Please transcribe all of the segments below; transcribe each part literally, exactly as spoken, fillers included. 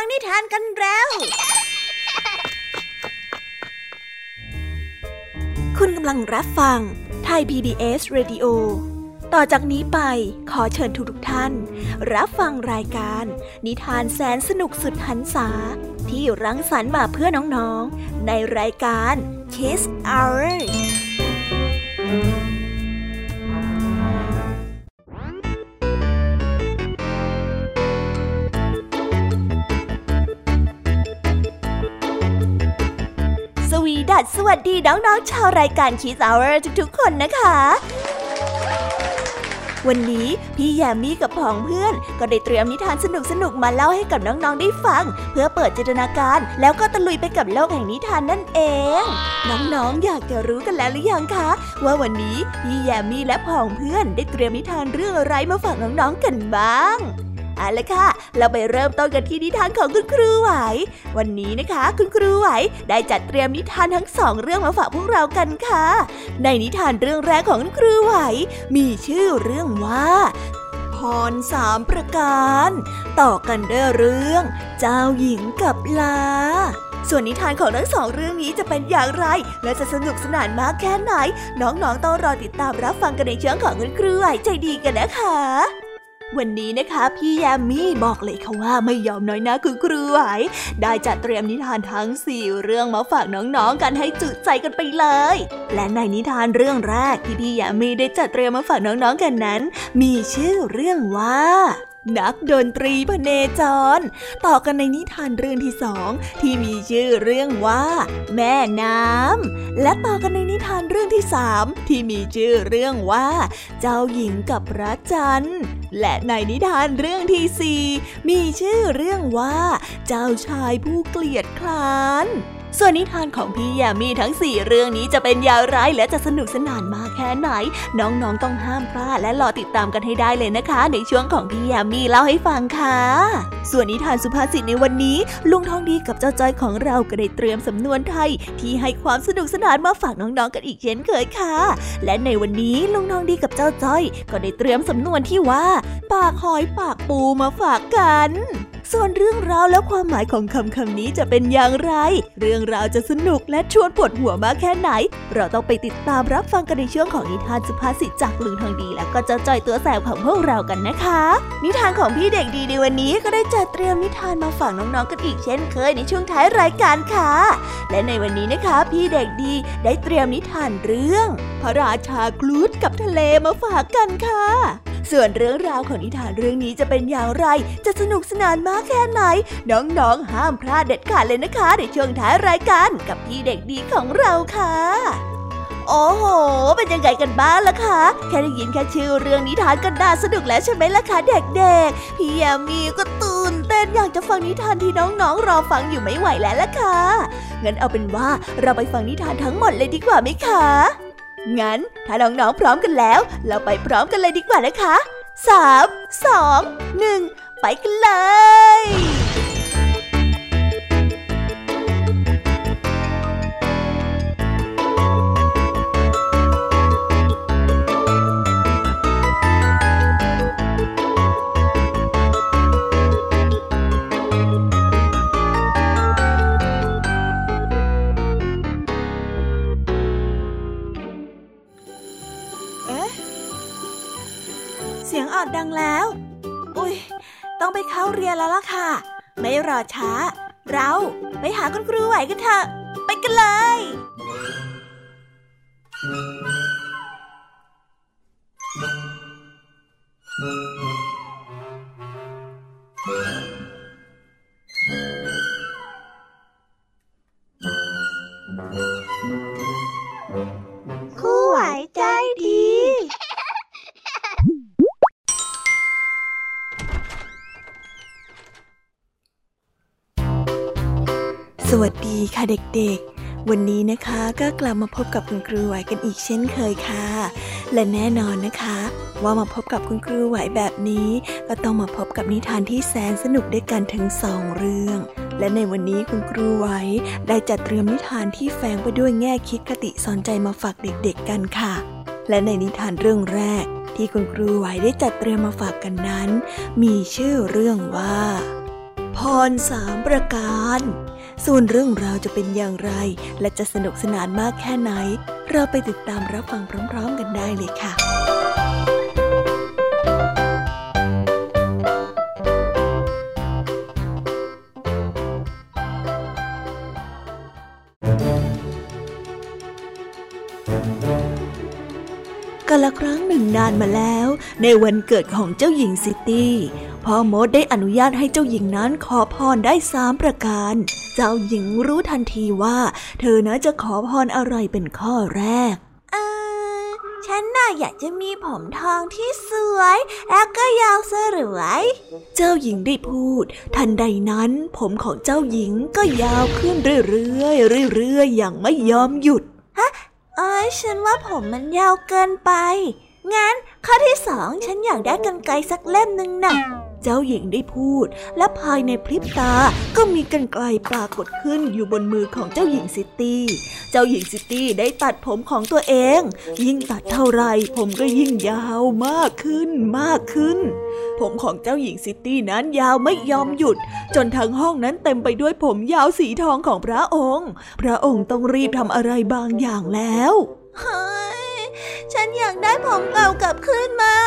นิทานกันแล้วคุณกำลังรับฟังไทย พี บี เอส Radio ต่อจากนี้ไปขอเชิญทุกท่านรับฟังรายการนิทานแสนสนุกสุดหรรษาที่รังสรรค์มาเพื่อน้องๆในรายการ Kids Hourสวัสดีน้องๆชาวรายการ Kids Hour ทุกๆคนนะคะวันนี้พี่แยมมี่กับผองเพื่อนก็ได้เตรียมนิทานสนุกๆมาเล่าให้กับน้องๆได้ฟังเพื่อเปิดจินตนาการแล้วก็ตะลุยไปกับโลกแห่งนิทานนั่นเองน้องๆอยากจะรู้กันแล้วหรือยังคะว่าวันนี้พี่แยมมี่และผองเพื่อนได้เตรียมนิทานเรื่องอะไรมาฝากน้องๆกันบ้างเอาล่ะค่ะเราไปเริ่มต้นกันที่นิทานของคุณครูไหววันนี้นะคะคุณครูไหวได้จัดเตรียมนิทานทั้งสองเรื่องมาฝากพวกเรากันค่ะในนิทานเรื่องแรกของคุณครูไหวมีชื่อเรื่องว่าพรสามประการต่อกันด้วยเรื่องเจ้าหญิงกับลาส่วนนิทานของทั้งสองเรื่องนี้จะเป็นอย่างไรและจะสนุกสนานมากแค่ไหนน้องๆต้องรอติดตามรับฟังกันในช่วงของคุณครูไหวใจดีกันนะคะวันนี้นะคะพี่แยมมี่บอกเลยค่ะว่าไม่ยอมน้อยหน้าคุณครูไหวได้จัดเตรียมนิทานทั้งสี่เรื่องมาฝากน้องๆกันให้จุใจกันไปเลยและในนิทานเรื่องแรกที่พี่แยมมี่ได้จัดเตรียมมาฝากน้องๆกันนั้นมีชื่อเรื่องว่านักดนตรีพเนจรต่อกันในนิทานเรื่องที่สองที่มีชื่อเรื่องว่าแม่น้ำและต่อกันในนิทานเรื่องที่สามที่มีชื่อเรื่องว่าเจ้าหญิงกับพระจันทร์และในนิทานเรื่องที่สี่มีชื่อเรื่องว่าเจ้าชายผู้เกลียดคร้านส่วนนิทานของพี่แยมมี่ทั้งสี่เรื่องนี้จะเป็นอย่างไรและจะสนุกสนานมากแค่ไหนน้องๆต้องห้ามพลาดและรอติดตามกันให้ได้เลยนะคะในช่วงของพี่แยมมี่เล่าให้ฟังค่ะส่วนนิทานสุภาษิตในวันนี้ลุงทองดีกับเจ้าจ้อยของเราก็ได้เตรียมสำนวนไทยที่ให้ความสนุกสนานมาฝากน้องๆกันอีกเช่นเคยค่ะและในวันนี้ลุงทองดีกับเจ้าจ้อยก็ได้เตรียมสำนวนที่ว่าปากหอยปากปูมาฝากกันส่วนเรื่องราวและความหมายของคำคำนี้จะเป็นอย่างไรเรื่องราวจะสนุกและชวนปวดหัวมากแค่ไหนเราต้องไปติดตามรับฟังกันในช่วงของนิทานสุภาษิตจากลุงทองดีและก็เจ้าจ้อยตัวแสบของพวกเรากันนะคะนิทานของพี่เด็กดีในวันนี้ก็ได้จัดเตรียมนิทานมาฝากน้องๆกันอีกเช่นเคยในช่วงท้ายรายการค่ะและในวันนี้นะคะพี่เด็กดีได้เตรียมนิทานเรื่องพระราชาครูฑกับทะเลมาฝากกันค่ะส่วนเรื่องราวของนิทานเรื่องนี้จะเป็นอย่างไรจะสนุกสนานมากแค่ไหนน้องๆห้ามพลาดเด็ดขาดเลยนะคะในช่วงท้ายรายการกับพี่เด็กดีของเราค่ะโอ้โหเป็นยังไงกันบ้างล่ะคะแค่ได้ยินแค่ชื่อเรื่องนิทานก็น่าสนุกแล้วใช่ไหมล่ะคะเด็กๆพี่แยมมี่ก็ตื่นเต้นอยากจะฟังนิทานที่น้องๆรอฟังอยู่ไม่ไหวแล้วล่ะค่ะงั้นเอาเป็นว่าเราไปฟังนิทานทั้งหมดเลยดีกว่าไหมคะงั้นถ้าน้องๆพร้อมกันแล้วเราไปพร้อมกันเลยดีกว่านะคะสาม สอง หนึ่งไปกันเลยเสียงออดดังแล้วอุ๊ยต้องไปเข้าเรียนแล้วล่ะค่ะไม่รอช้าเราไปหาคุณครูไหวกันเถอะไปกันเลยครูไหวใจดีสวัสดีค่ะเด็กๆวันนี้นะคะก็กลับมาพบกับคุณครูไหวกันอีกเช่นเคยค่ะและแน่นอนนะคะว่ามาพบกับคุณครูไหวแบบนี้ก็ต้องมาพบกับนิทานที่แสนสนุกด้วยกันถึงสองเรื่องและในวันนี้คุณครูไหวได้จัดเตรียมนิทานที่แฝงไปด้วยแง่คิดคติสอนใจมาฝากเด็กๆกันค่ะและในนิทานเรื่องแรกที่คุณครูไหวได้จัดเตรียมมาฝากกันนั้นมีชื่อเรื่องว่าพรสามประการส่วนเรื่องราวจะเป็นอย่างไรและจะสนุกสนานมากแค่ไหนเราไปติดตามรับฟังพร้อมๆกันได้เลยค่ะกาลครั้งหนึ่งนานมาแล้วในวันเกิดของเจ้าหญิงซิตี้พ่อมดได้อนุญาตให้เจ้าหญิงนั้นขอพรได้สามประการเจ้าหญิงรู้ทันทีว่าเธอน่าจะขอพรอะไรเป็นข้อแรกเออฉันน่ะอยากจะมีผมทองที่สวยแล้วก็ยาวสลวยเจ้าหญิงได้พูดทันใดนั้นผมของเจ้าหญิงก็ยาวขึ้นเรื่อยๆเรื่อยๆอย่างไม่ยอมหยุดฮะเอ้ยฉันว่าผมมันยาวเกินไปงั้นข้อที่สองฉันอยากได้กรรไกรสักเล่มนึงน่ะเจ้าหญิงได้พูดและภายในพริบตาก็มีกรรไกรปรากฏขึ้นอยู่บนมือของเจ้าหญิงซิตี้เจ้าหญิงซิตี้ได้ตัดผมของตัวเองยิ่งตัดเท่าไรผมก็ยิ่งยาวมากขึ้นมากขึ้นผมของเจ้าหญิงซิตี้นั้นยาวไม่ยอมหยุดจนทั้งห้องนั้นเต็มไปด้วยผมยาวสีทองของพระองค์พระองค์ต้องรีบทำอะไรบางอย่างแล้วเฮ้ยฉันอยากได้ผมเก่ากลับคืนมา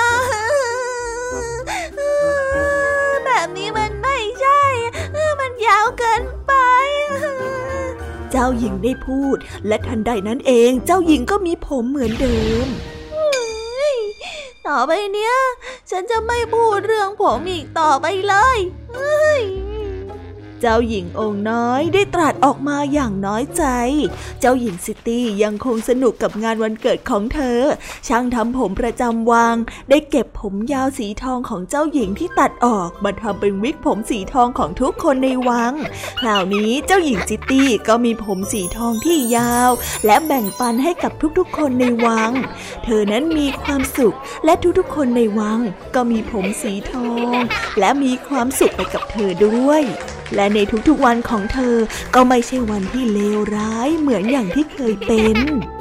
แบบนี้มันไม่ใช่มันยาวเกินไปเจ้าหญิงได้พูดและทันใดนั้นเองเจ้าหญิงก็มีผมเหมือนเดิมต่อไปเนี้ยฉันจะไม่พูดเรื่องผมอีกต่อไปเลยเจ้าหญิงองค์น้อยได้ตรัสออกมาอย่างน้อยใจเจ้าหญิงซิตี้ยังคงสนุกกับงานวันเกิดของเธอช่างทำผมประจำวังได้เก็บผมยาวสีทองของเจ้าหญิงที่ตัดออกมาทำเป็นวิกผมสีทองของทุกคนในวังคราวนี้เจ้าหญิงซิตี้ก็มีผมสีทองที่ยาวและแบ่งปันให้กับทุกๆคนในวังเธอนั้นมีความสุขและทุกๆคนในวังก็มีผมสีทองและมีความสุขไปกับเธอด้วยและในทุกๆวันของเธอก็ไม่ใช่วันที่เลวร้ายเหมือนอย่างที่เคยเป็น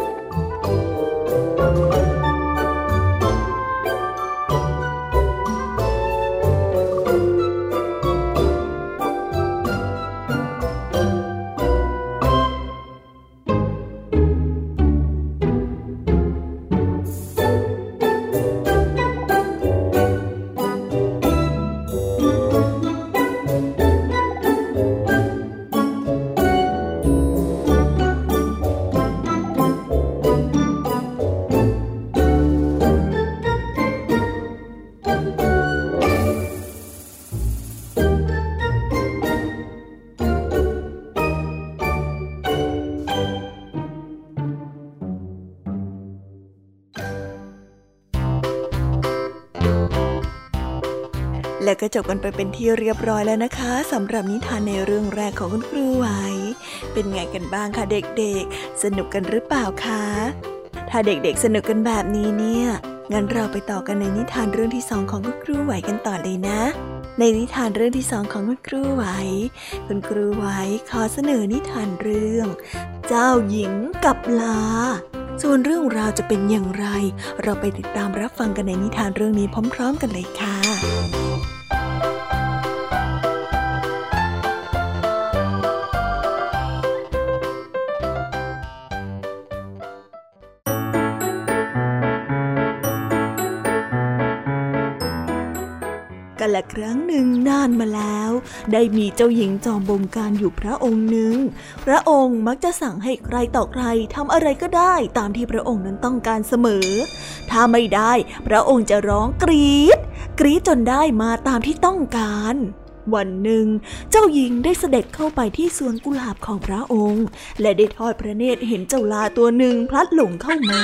และก็จบกันไปเป็นที่เรียบร้อยแล้วนะคะสำหรับนิทานในเรื่องแรกของคุณครูไหวเป็นไงกันบ้างคะเด็กๆสนุกกันหรือเปล่าคะถ้าเด็กๆสนุกกันแบบนี้เนี่ยงั้นเราไปต่อกันในนิทานเรื่องที่สองของคุณครูไหวกันต่อเลยนะในนิทานเรื่องที่สองของคุณครูไหวคุณครูไหวขอเสนอนิทานเรื่องเจ้าหญิงกับลาส่วนเรื่องราวจะเป็นอย่างไรเราไปติดตามรับฟังกันในนิทานเรื่องนี้พร้อมๆกันเลยค่ะ กันละครั้งหนึ่งนานมาแล้วได้มีเจ้าหญิงจอมบงการอยู่พระองค์หนึ่งพระองค์มักจะสั่งให้ใครต่อใครทำอะไรก็ได้ตามที่พระองค์นั้นต้องการเสมอถ้าไม่ได้พระองค์จะร้องกรี๊ดกรี๊ดจนได้มาตามที่ต้องการวันหนึ่งเจ้าหญิงได้เสด็จเข้าไปที่สวนกุหลาบของพระองค์และได้ทอดพระเนตรเห็นเจ้าลาตัวหนึ่งพลัดหลงเข้ามา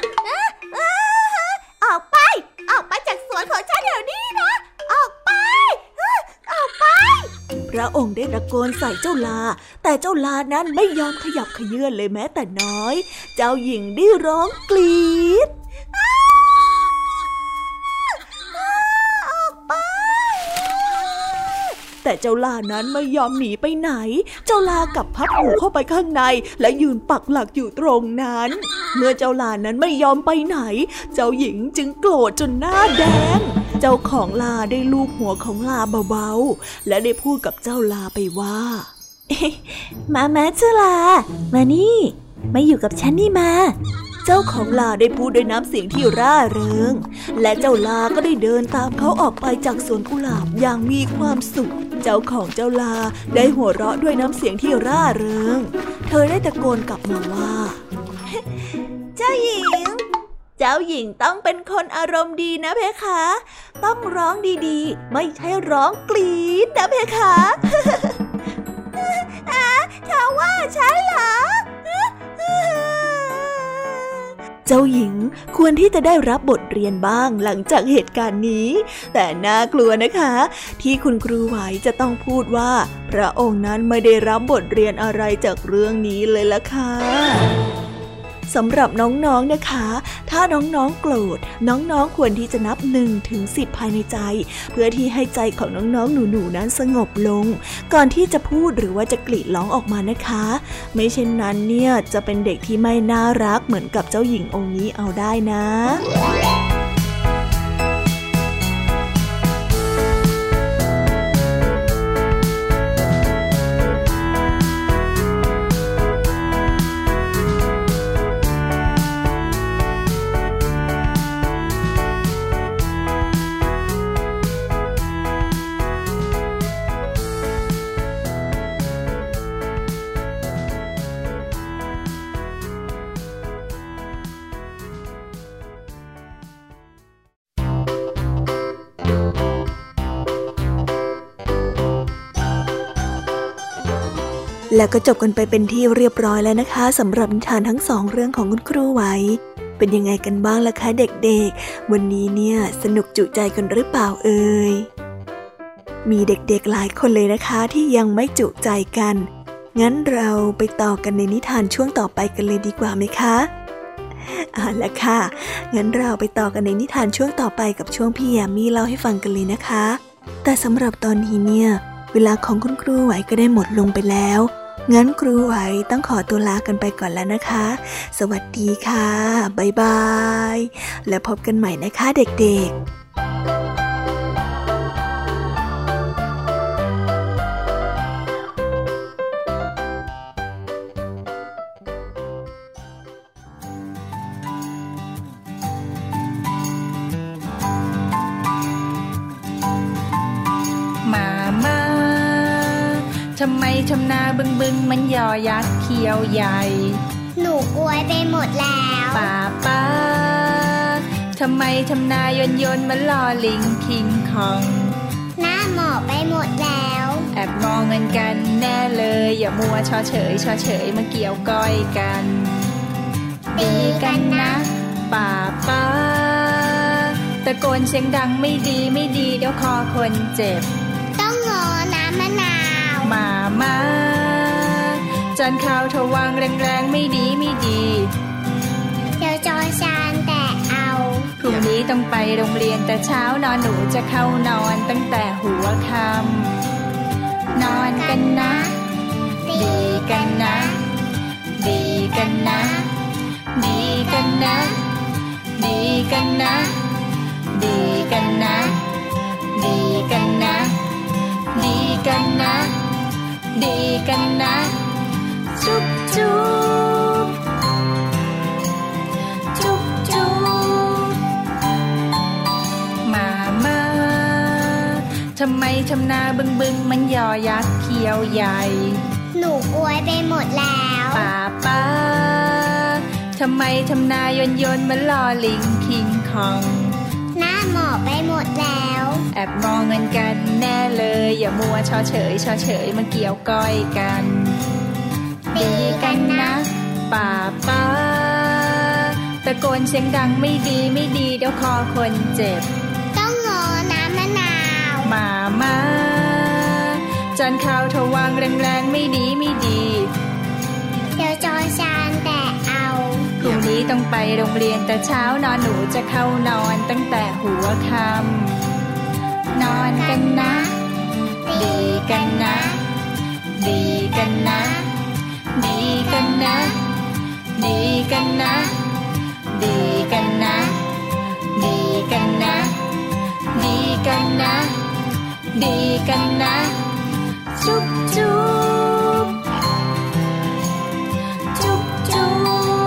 ออกไปออกไปจากสวนของฉันเดี๋ยวนี้นะออกไปออกไปพระองค์ได้ตะโกนใส่เจ้าลาแต่เจ้าลานั้นไม่ยอมขยับเขยื้อนเลยแม้แต่น้อยเจ้าหญิงได้ร้องกรี๊ดแต่เจ้าลานั้นไม่ยอมหนีไปไหนเจ้าลากับพับหูเข้าไปข้างในและยืนปักหลักอยู่ตรงนั้นเมื่อเจ้าลานั้นไม่ยอมไปไหนเจ้าหญิงจึงโกรธจนหน้าแดงเจ้าของลาได้ลูบหัวของลาเบาๆและได้พูดกับเจ้าลาไปว่ามามาเจ้าลามานี่มาอยู่กับฉันนี่มาเจ้าของลาได้พูดด้วยน้ำเสียงที่ร่าเริงและเจ้าลาก็ได้เดินตามเขาออกไปจากสวนกุหลาบอย่างมีความสุขเจ้าของเจ้าลาได้หัวเราะด้วยน้ำเสียงที่ร่าเริงเธอได้ตะโกนกลับมาว่าเจ้าหญิงเจ้าหญิงต้องเป็นคนอารมณ์ดีนะเพคะต้องร้องดีๆไม่ใช่ร้องกรี๊ดนะเพคะอ่ะเธอว่าฉันเหรอเจ้าหญิงควรที่จะได้รับบทเรียนบ้างหลังจากเหตุการณ์นี้แต่น่ากลัวนะคะที่คุณครูไหวจะต้องพูดว่าพระองค์นั้นไม่ได้รับบทเรียนอะไรจากเรื่องนี้เลยล่ะค่ะสำหรับน้องๆนะคะถ้าน้องๆโกรธน้องๆควรที่จะนับหนึ่งถึงสิบภายในใจเพื่อที่ให้ใจของน้องๆหนูๆนั้นสงบลงก่อนที่จะพูดหรือว่าจะกรีดร้องออกมานะคะไม่เช่นนั้นเนี่ยจะเป็นเด็กที่ไม่น่ารักเหมือนกับเจ้าหญิงองค์นี้เอาได้นะแล้วก็จบกันไปเป็นที่เรียบร้อยแล้วนะคะสำหรับนิทานทั้งสองเรื่องของคุณครูไหวเป็นยังไงกันบ้างล่ะคะเด็กๆวันนี้เนี่ยสนุกจุใจกันหรือเปล่าเอ่ยมีเด็กๆหลายคนเลยนะคะที่ยังไม่จุใจกันงั้นเราไปต่อกันในนิทานช่วงต่อไปกันเลยดีกว่าไหมคะเอาล่ะค่ะงั้นเราไปต่อกันในนิทานช่วงต่อไปกับช่วงพี่ยามีเล่าให้ฟังกันเลยนะคะแต่สำหรับตอนนี้เนี่ยเวลาของคุณครูไหวก็ได้หมดลงไปแล้วงั้นครูไหวต้องขอตัวลากันไปก่อนแล้วนะคะสวัสดีค่ะบ๊ายบายแล้วพบกันใหม่นะคะเด็กๆทำไมทำนาบึงบึงมันยอยักษ์เขียวใหญ่หนูกลัวไปหมดแล้วป้าป้าทำไมทำนายนยนมันลอลิงคิงคองหน้าหมอบไปหมดแล้วแอบมองเงินกันแน่เลยอย่ามัวชอเฉยชอเฉยมาเกี่ยวก้อยกันดีกันนะป้าป้าตะโกนเสียงดังไม่ดีไม่ดีเดี๋ยวคอคนเจ็บต้องงอน้ำมะนาวมามาจานข้าวทวางแรงๆไม่ดีไม่ดีเดี๋ยวจอชานแต่เอาพรุ่งนี้ต้องไปโรงเรียนแต่เช้านอนหนูจะเข้านอนตั้งแต่หัวค่ำนอนกันนะดีกันนะดีกันนะดีกันนะดีกันนะดีกันนะดีกันนะดีกันนะดีกันนะจุ๊บจุ๊บจุ๊บจุ๊บมามาทำไมทำนาบึงบึงมันยอยักษ์เขียวใหญ่หนูกลัวไปหมดแล้วป้าป้าทำไมทำนายนยนมันลอลิงคิงคองหน้าหมอบไปหมดแล้วแอบมองเงินกันแน่เลยอย่ามัวชอเฉยชอเฉยมาเกี่ยวก้อยกันดีกันนะป้าป้าตะโกนเสียงดังไม่ดีไม่ดีเดี๋ยวคอคนเจ็บต้องงอน้ำมะนาวมามาจานข้าวทวางแรงๆไม่ดีไม่ดีเดี๋ยวจอชานแต่เอาพรุ่งนี้ต้องไปโรงเรียนแต่เช้านอนหนูจะเข้านอนตั้งแต่หัวค่ำนอนกันนะดีกันนะดีกันนะดีกันนะดีกันนะดีกันนะดีกันนะดีกันนะดีกันนะจุ๊บจุ๊บจุ๊บจุ๊บ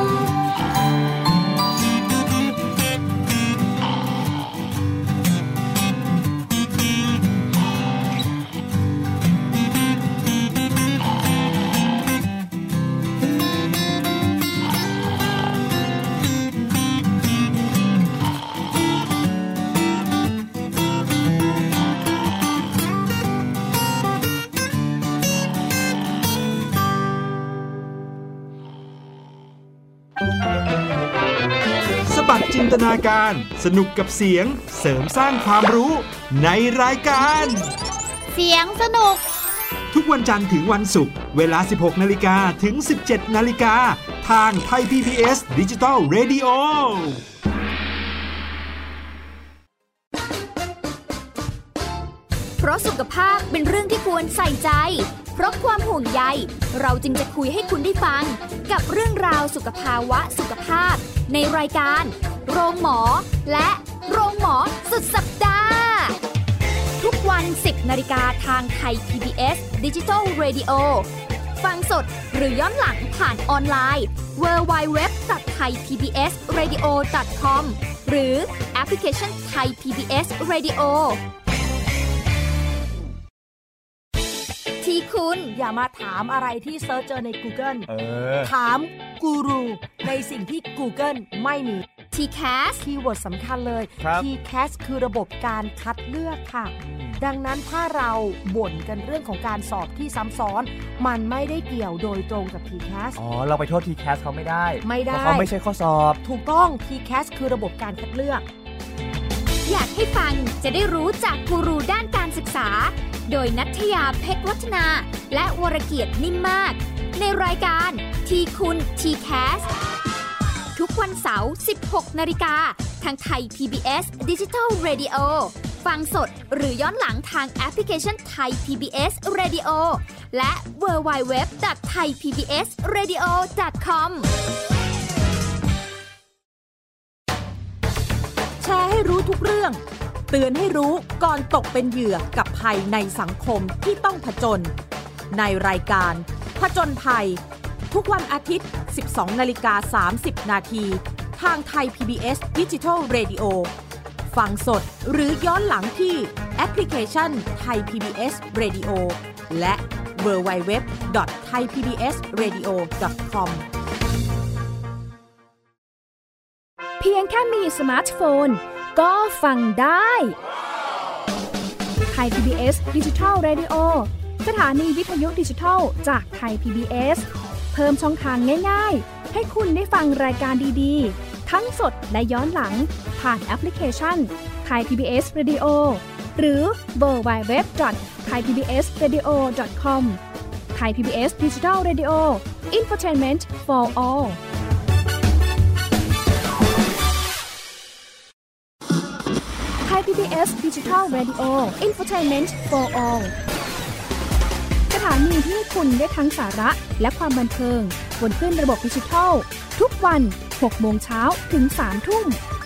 จินตนาการสนุกกับเสียงเสริมสร้างความรู้ในรายการเสียงสนุกทุกวันจันทร์ถึงวันศุกร์เวลา สิบหกนาฬิกา ถึง สิบเจ็ดนาฬิกา ทางไทย พี บี เอส Digital Radio เพราะสุขภาพเป็นเรื่องที่ควรใส่ใจเพราะความห่วงใยเราจึงจะคุยให้คุณได้ฟังกับเรื่องราวสุขภาวะสุขภาพในรายการโรงหมอและโรงหมอสุดสัปดาห์ทุกวัน สิบนาฬิกาทางไทย พี บี เอส Digital Radio ฟังสดหรือย้อนหลังผ่านออนไลน์ ดับเบิลยู ดับเบิลยู ดับเบิลยู ดอท ไทย พี บี เอส เรดิโอ ดอท คอม หรือแอปพลิเคชัน Thai พี บี เอส Radioที่คุณอย่ามาถามอะไรที่เซิร์ชเจอใน Google เออถามกูรูในสิ่งที่ Google ไม่มี ที แคส คีย์เวิร์ดสำคัญเลย ที แคส คือระบบการคัดเลือกค่ะดังนั้นถ้าเราบ่นกันเรื่องของการสอบที่ซ้ำซ้อนมันไม่ได้เกี่ยวโดยตรงกับ ที แคสอ๋อเราไปโทษ ที แคส เขาไม่ได้ไม่ได้เพราะเขาไม่ใช่ข้อสอบถูกต้อง ที แคส คือระบบการคัดเลือกอยากให้ฟังจะได้รู้จากกูรูด้านการศึกษาโดยณัฐยาเพชรวัฒนาและวรเกียรตินิ่มมากในรายการทีคุณ ที แคส ทุกวันเสาร์ สิบหกนาฬิกาทางไทย พี บี เอส Digital Radio ฟังสดหรือย้อนหลังทางแอปพลิเคชัน Thai พี บี เอส Radio และ ดับเบิลยู ดับเบิลยู ดับเบิลยู ดอท ไทย พี บี เอส เรดิโอ ดอท คอมแชร์ให้รู้ทุกเรื่องเตือนให้รู้ก่อนตกเป็นเหยื่อกับภัยในสังคมที่ต้องผจญในรายการผจญภัยทุกวันอาทิตย์ สิบสองนาฬิกาสามสิบนาทีทางไทย พี บี เอส Digital Radio ฟังสดหรือย้อนหลังที่แอปพลิเคชัน Thai พี บี เอส Radio และ ดับเบิลยู ดับเบิลยู ดับเบิลยู ดอท ไทย พี บี เอส เรดิโอ ดอท คอมเพียงแค่มีสมาร์ทโฟนก็ฟังได้ไทย พี บี เอส Digital Radio สถานีวิทยุดิจิทัลจากไทย พี บี เอส เพิ่มช่องทางง่ายๆให้คุณได้ฟังรายการดีๆทั้งสดและย้อนหลังผ่านแอปพลิเคชัน Thai พี บี เอส Radio หรือ ดับเบิลยู ดับเบิลยู ดับเบิลยู ดอท ไทย พี บี เอส เรดิโอ ดอท คอม Thai พี บี เอส Digital Radio Infotainment for all Thai พี บี เอส Digital Radio Infotainment for all สถานีที่คุณได้ทั้งสาระและความบันเทิงบนคลื่นระบบดิจิทัลทุกวัน หกโมงเช้าถึง สามทุ่ม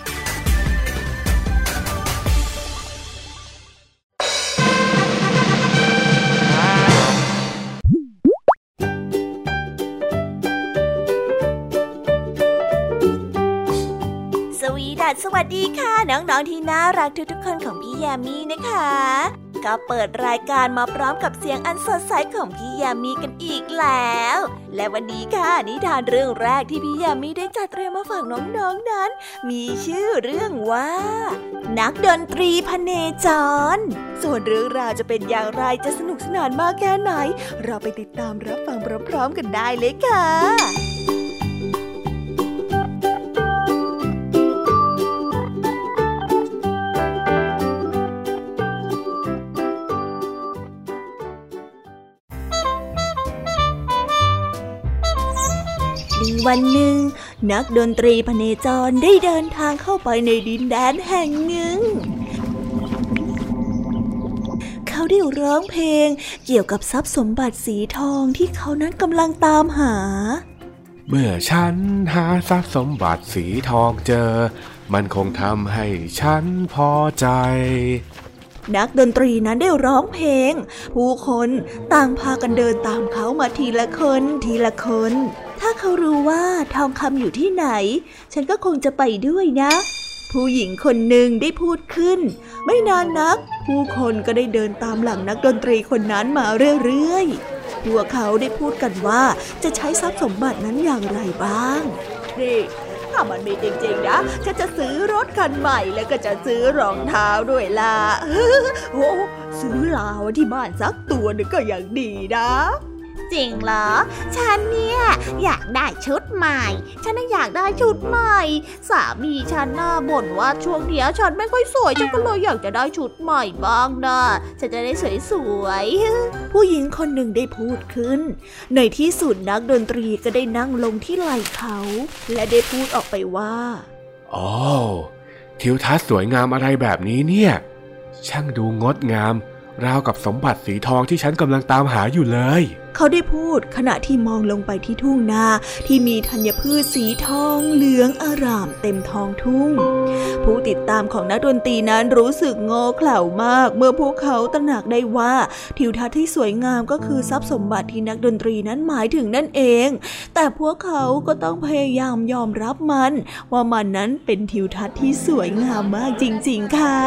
สวัสดีค่ะน้องๆที่น่ารักทุกๆคนของพี่ยามีนะคะก็เปิดรายการมาพร้อมกับเสียงอันสดใสของพี่ยามีกันอีกแล้วและวันนี้ค่ะนิทานเรื่องแรกที่พี่ยามีได้จัดเตรียมมาฝากน้องๆนั้นมีชื่อเรื่องว่านักดนตรีพเนจรส่วนเรื่องราวจะเป็นอย่างไรจะสนุกสนานมากแค่ไหนเราไปติดตามรับฟังพร้อมๆกันได้เลยค่ะวันหนึ่งนักดนตรีพเนจรได้เดินทางเข้าไปในดินแดนแห่งหนึ่งเขาได้ร้องเพลงเกี่ยวกับทรัพย์สมบัติสีทองที่เขานั้นกำลังตามหาเมื่อฉันหาทรัพย์สมบัติสีทองเจอมันคงทำให้ฉันพอใจนักดนตรีนั้นได้ร้องเพลงผู้คนต่างพากันเดินตามเขามาทีละคนทีละคนถ้าเขารู้ว่าทองคำอยู่ที่ไหนฉันก็คงจะไปด้วยนะผู้หญิงคนหนึ่งได้พูดขึ้นไม่นานนักผู้คนก็ได้เดินตามหลังนักดนตรีคนนั้นมาเรื่อยๆพวกเขาได้พูดกันว่าจะใช้ทรัพย์สมบัตินั้นอย่างไรบ้างนี่ถ้ามันมีจริงๆนะฉันจะซื้อรถคันใหม่แล้วก็จะซื้อรองเท้าด้วยล่ะ โอ้ซื้อลาวที่บ้านสักตัวนึงก็ยังดีนะจริงเหรอฉันเนี่ยอยากได้ชุดใหม่ฉันน่ะอยากได้ชุดใหม่สามีฉันน่ะบ่นว่าช่วงเนี้ยฉันไม่ค่อยสวยฉันก็เลยอยากจะได้ชุดใหม่บ้างนะฉันจะได้สวยๆผู้หญิงคนหนึ่งได้พูดขึ้นในที่สุดนักดนตรีก็ได้นั่งลงที่ไหล่เขาและได้พูดออกไปว่าอ๋อทิวทัศน์สวยงามอะไรแบบนี้เนี่ยช่างดูงดงามราวกับสมบัติสีทองที่ฉันกำลังตามหาอยู่เลยเขาได้พูดขณะที่มองลงไปที่ทุ่งนาที่มีธัญพืชสีทองเหลืองอร่ามเต็มท้องทุ่งผู้ติดตามของนักดนตรีนั้นรู้สึกโง่เขลามากเมื่อพวกเขาตระหนักได้ว่าทิวทัศน์ที่สวยงามก็คือทรัพย์สมบัติที่นักดนตรีนั้นหมายถึงนั่นเองแต่พวกเขาก็ต้องพยายามยอมรับมันว่ามันนั้นเป็นทิวทัศน์ที่สวยงามมากจริงๆค่ะ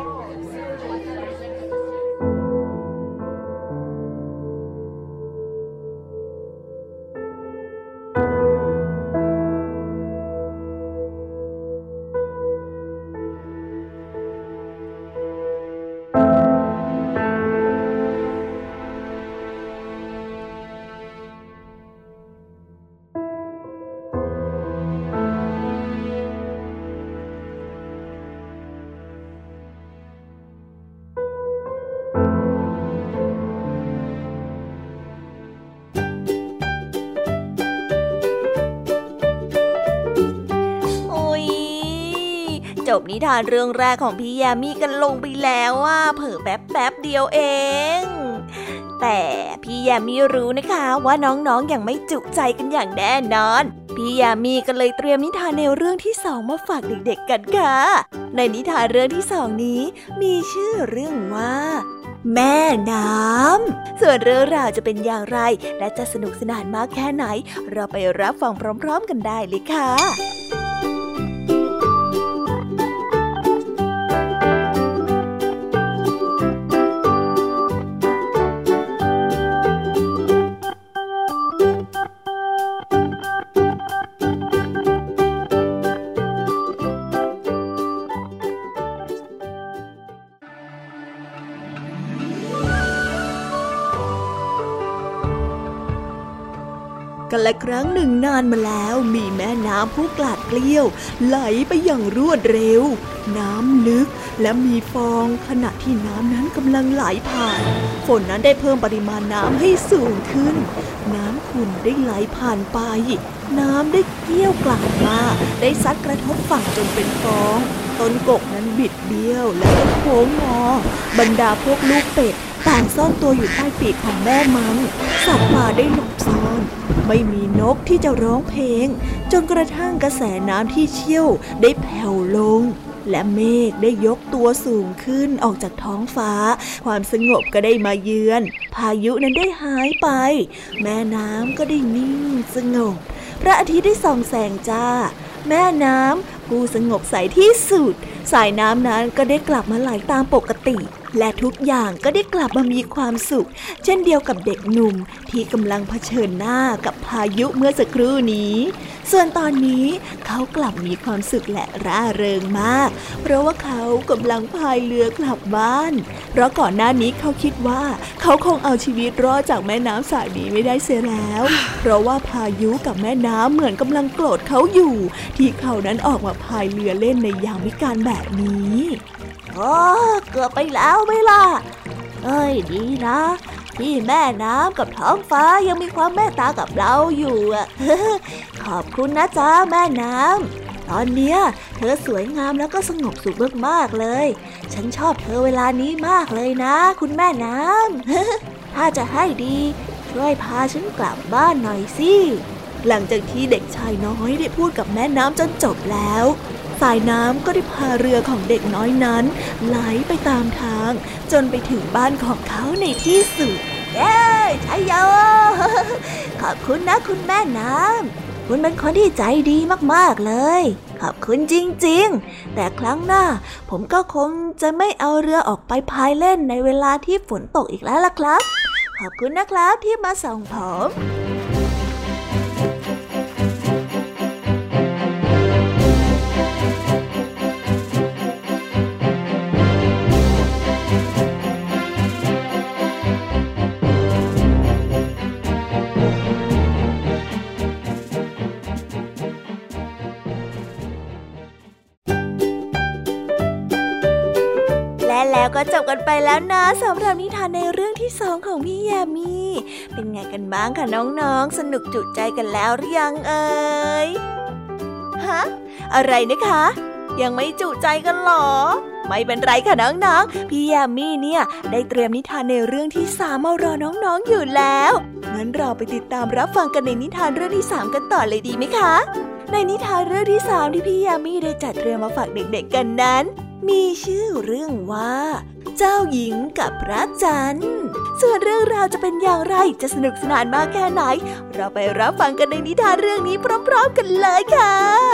จบนิทานเรื่องแรกของพี่แยมมี่กันลงไปแล้วว่าเผลอแป๊บแป๊บเดียวเองแต่พี่แยมมี่รู้นะคะว่าน้องๆอย่างไม่จุใจกันอย่างแน่นอนพี่แยมมี่ก็เลยเตรียมนิทานแนวเรื่องที่สองมาฝากเด็กๆกันค่ะในนิทานเรื่องที่สองนี้มีชื่อเรื่องว่าแม่น้ำส่วนเรื่องราวจะเป็นอย่างไรและจะสนุกสนานมากแค่ไหนเราไปรับฟังพร้อมๆกันได้เลยค่ะกันละครั้งหนึ่งนานมาแล้วมีแม่น้ำผู้กลาดเกลี้ยวไหลไปอย่างรวดเร็วน้ำลึกและมีฟองขณะที่น้ำนั้นกำลังไหลผ่านฝนนั้นได้เพิ่มปริมาณน้ำให้สูงขึ้นน้ำขุ่นได้ไหลผ่านไปน้ำได้เกี้ยวกลาดมาได้ซัดกระทบฝั่งจนเป็นฟองต้นกกนั้นบิดเบี้ยวและก็โค้งงอบรรดาพวกลูกเป็ดต่างซ่อนตัวอยู่ใต้ปีกของแม่มันสัตว์ป่าได้หลบซ่อนไม่มีนกที่จะร้องเพลงจนกระทั่งกระแสน้ำที่เชี่ยวได้แผ่วลงและเมฆได้ยกตัวสูงขึ้นออกจากท้องฟ้าความสงบก็ได้มาเยือนพายุนั้นได้หายไปแม่น้ำก็ได้นิ่งสงบพระอาทิตย์ได้ส่องแสงจ้าแม่น้ำผู้สงบใสที่สุดสายน้ำนั้นก็ได้กลับมาไหลตามปกติและทุกอย่างก็ได้กลับมามีความสุขเช่นเดียวกับเด็กหนุ่มที่กำลังเผชิญหน้ากับพายุเมื่อสักครู่นี้ส่วนตอนนี้เขากลับมีความสุขและร่าเริงมากเพราะว่าเขากำลังพายเรือกลับบ้านเพราะก่อนหน้านี้เขาคิดว่าเขาคงเอาชีวิตรอดจากแม่น้ำสายนี้ไม่ได้เสียแล้วเพราะว่าพายุกับแม่น้ำเหมือนกำลังโกรธเขาอยู่ที่เขานั้นออกมาพายเรือเล่นในยามวิกาลแบบนี้โอ้เกือบไปแล้วไหมล่ะเอ้ยดีนะที่แม่น้ำกับท้องฟ้ายังมีความเมตตากับเราอยู่อ่ะ ขอบคุณนะจ๊ะแม่น้ำตอนเนี้ยเธอสวยงามแล้วก็สงบสุขมากๆเลยฉันชอบเธอเวลานี้มากเลยนะคุณแม่น้ำ ถ้าจะให้ดีช่วยพาฉันกลับบ้านหน่อยสิหลังจากที่เด็กชายน้อยได้พูดกับแม่น้ำจนจบแล้วฝสายน้ำก็ได้พาเรือของเด็กน้อยนั้นไหลไปตามทางจนไปถึงบ้านของเขาในที่สุดเย้ชัยโย ขอบคุณนะคุณแม่น้ำคุณเป็นคนที่ใจดีมากๆเลยขอบคุณจริงๆแต่ครั้งหน้าผมก็คงจะไม่เอาเรือออกไปพายเล่นในเวลาที่ฝนตกอีกแล้วล่ะครับขอบคุณนะครับที่มาส่งผมแล้วก็จบกันไปแล้วนะสำหรับนิทานในเรื่องที่สองของพี่ยามีเป็นไงกันบ้างคะน้องๆสนุกจุใจกันแล้วหรือยังเอ่ยฮะอะไรนะคะยังไม่จุใจกันหรอไม่เป็นไรค่ะน้องๆพี่ยามีเนี่ยได้เตรียมนิทานในเรื่องที่สามมารอน้องๆอยู่แล้วงั้นเราไปติดตามรับฟังกันในนิทานเรื่องที่สามกันต่อเลยดีไหมคะในนิทานเรื่องที่สามที่พี่ยามีได้จัดเตรียมมาฝากเด็กๆกันนั้นมีชื่อเรื่องว่าเจ้าหญิงกับพระจันทร์ส่วนเรื่องราวจะเป็นอย่างไรจะสนุกสนานมากแค่ไหนเราไปรับฟังกันในนิทานเรื่องนี้พร้อมๆกันเลยค่ะ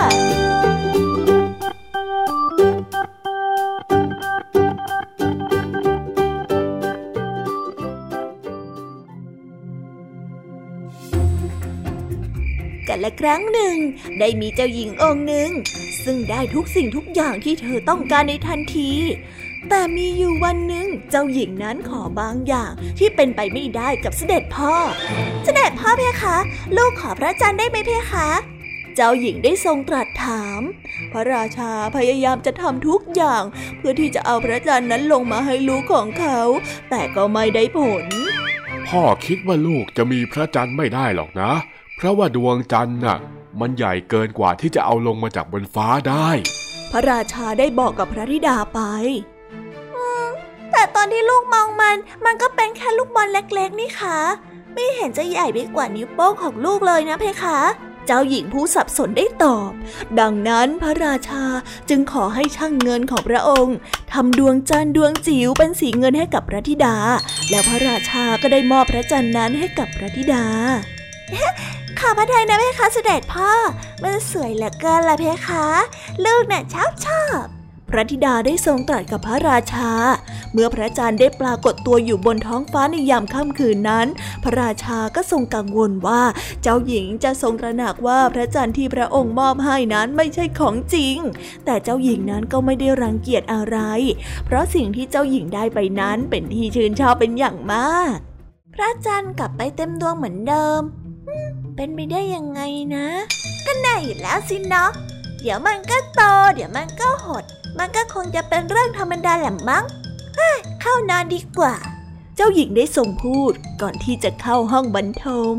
กันละครั้งหนึ่งได้มีเจ้าหญิงองค์หนึ่งซึ่งได้ทุกสิ่งทุกอย่างที่เธอต้องการในทันทีแต่มีอยู่วันหนึ่งเจ้าหญิงนั้นขอบางอย่างที่เป็นไปไม่ได้กับเสด็จพ่อเสด็จพ่อเพคะลูกขอพระจันทร์ได้ไหมเพคะเจ้าหญิงได้ทรงตรัสถามพระราชาพยายามจะทำทุกอย่างเพื่อที่จะเอาพระจันทร์นั้นลงมาให้ลูกของเขาแต่ก็ไม่ได้ผลพ่อคิดว่าลูกจะมีพระจันทร์ไม่ได้หรอกนะเพราะว่าดวงจันทร์น่ะมันใหญ่เกินกว่าที่จะเอาลงมาจากบนฟ้าได้พระราชาได้บอกกับพระธิดาไปแต่ตอนที่ลูกมองมันมันก็เป็นแค่ลูกบอลเล็กๆนี่คะไม่เห็นจะใหญ่ไปกว่านิ้วโป้งของลูกเลยนะเพคะเจ้าหญิงผู้สับสนได้ตอบดังนั้นพระราชาจึงขอให้ช่างเงินของพระองค์ทำดวงจันทร์ดวงจิ๋วเป็นสีเงินให้กับพระธิดาแล้วพระราชาก็ได้มอบพระจันทร์นั้นให้กับพระธิดาขอพระทัยนะเพคะเสด็จพ่อมันสวยเหลือเกินล่ะเพคะลูกน่ะชอบชอบพระธิดาได้ทรงตรัสกับพระราชาเมื่อพระจันทร์ได้ปรากฏตัวอยู่บนท้องฟ้าในยามค่ำคืนนั้นพระราชาก็ทรงกังวลว่าเจ้าหญิงจะทรงตระหนักว่าพระจันทร์ที่พระองค์มอบให้นั้นไม่ใช่ของจริงแต่เจ้าหญิงนั้นก็ไม่ได้รังเกียจอะไรเพราะสิ่งที่เจ้าหญิงได้ไปนั้นเป็นที่ชื่นชอบเป็นอย่างมากพระจันทร์กลับไปเต็มดวงเหมือนเดิมเป็นไปได้ยังไงนะก็แน่อยู่แล้วสิเนาะเดี๋ยวมันก็โตเดี๋ยวมันก็หดมันก็คงจะเป็นเรื่องธรรมดาแหละมั้งเข้านอนดีกว่าเจ้าหญิงได้ทรงพูดก่อนที่จะเข้าห้องบรรทม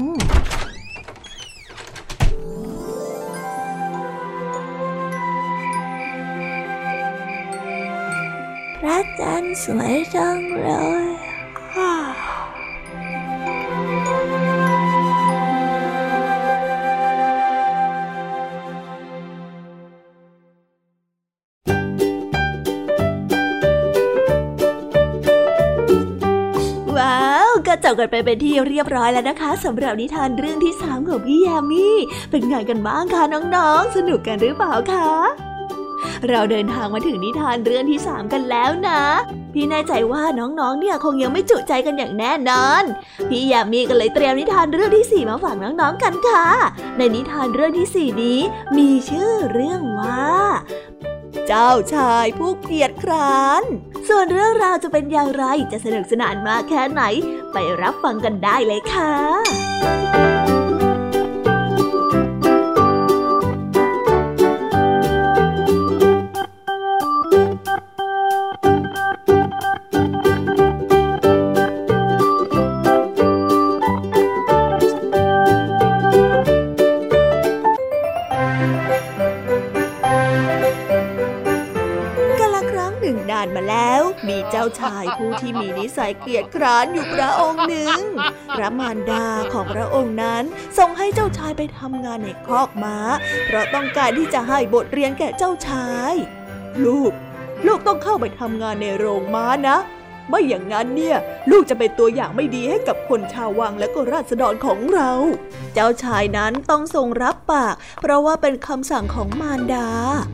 พระจันทร์สวยจังเลยจบกันไปเป็นที่เรียบร้อยแล้วนะคะสำหรับนิทานเรื่องที่สามของพี่ยามีเป็นไงกันบ้างคะน้องๆสนุกกันหรือเปล่าคะเราเดินทางมาถึงนิทานเรื่องที่สามกันแล้วนะพี่แน่ใจว่าน้องๆเนี่ยคงยังไม่จุใจกันอย่างแน่นอนพี่ยามีก็เลยเตรียมนิทานเรื่องที่สี่มาฝากน้องๆกันค่ะในนิทานเรื่องที่สี่นี้มีชื่อเรื่องว่าเจ้าชายผู้เกียจคร้านส่วนเรื่องราวจะเป็นอย่างไรจะสนุกสนานมากแค่ไหนไปรับฟังกันได้เลยค่ะชชายผู้ที่มีนิสัยเกลียดคร้านอยู่พระองค์หนึ่งพระมารดาของพระองค์นั้นส่งให้เจ้าชายไปทำงานในคอกม้าเพราะต้องการที่จะให้บทเรียนแก่เจ้าชายลูกลูกต้องเข้าไปทำงานในโรงม้านะไม่อย่างนั้นเนี่ยลูกจะเป็นตัวอย่างไม่ดีให้กับคนชาววังและก็ราษฎรของเราเจ้าชายนั้นต้องทรงรับปากเพราะว่าเป็นคำสั่งของมารดา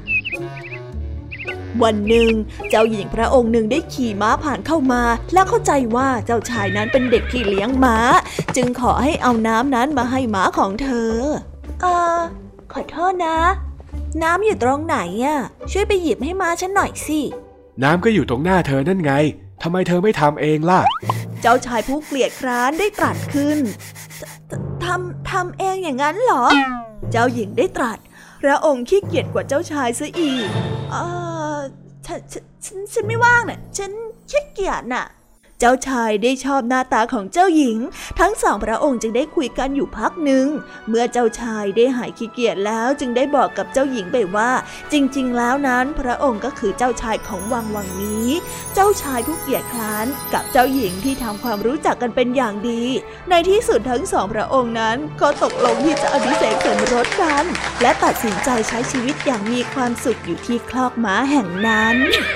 วันหนึ่งเจ้าหญิงพระองค์หนึ่งได้ขี่ม้าผ่านเข้ามาและเข้าใจว่าเจ้าชายนั้นเป็นเด็กที่เลี้ยงม้าจึงขอให้เอาน้ำนั้นมาให้ม้าของเธอเออขอโทษนะน้ำอยู่ตรงไหนอ่ะช่วยไปหยิบให้ม้าฉันหน่อยสิน้ำก็อยู่ตรงหน้าเธอนั่นไงทำไมเธอไม่ทำเองล่ะเจ้าชายผู้เกลียดคร้านได้ตรัสขึ้นทำทำเองอย่างนั้นเหรอเจ้าหญิงได้ตรัสพระองค์ขี้เกียจกว่าเจ้าชายซะอีกเออฉันฉันฉันไม่ว่างน่ะฉันขี้เกียจน่ะเจ้าชายได้ชอบหน้าตาของเจ้าหญิงทั้งสองพระองค์จึงได้คุยกันอยู่พักหนึ่งเมื่อเจ้าชายได้หายขี้เกียจแล้วจึงได้บอกกับเจ้าหญิงไปว่าจริงๆแล้วนั้นพระองค์ก็คือเจ้าชายของวังวังนี้เจ้าชายผู้เกียจคร้านกับเจ้าหญิงที่ทำความรู้จักกันเป็นอย่างดีในที่สุดทั้งสองพระองค์นั้นก็ตกลงที่จะอภิเษกสมรสกันและตัดสินใจใช้ชีวิตอย่างมีความสุขอยู่ที่คอกม้าแห่งนั้น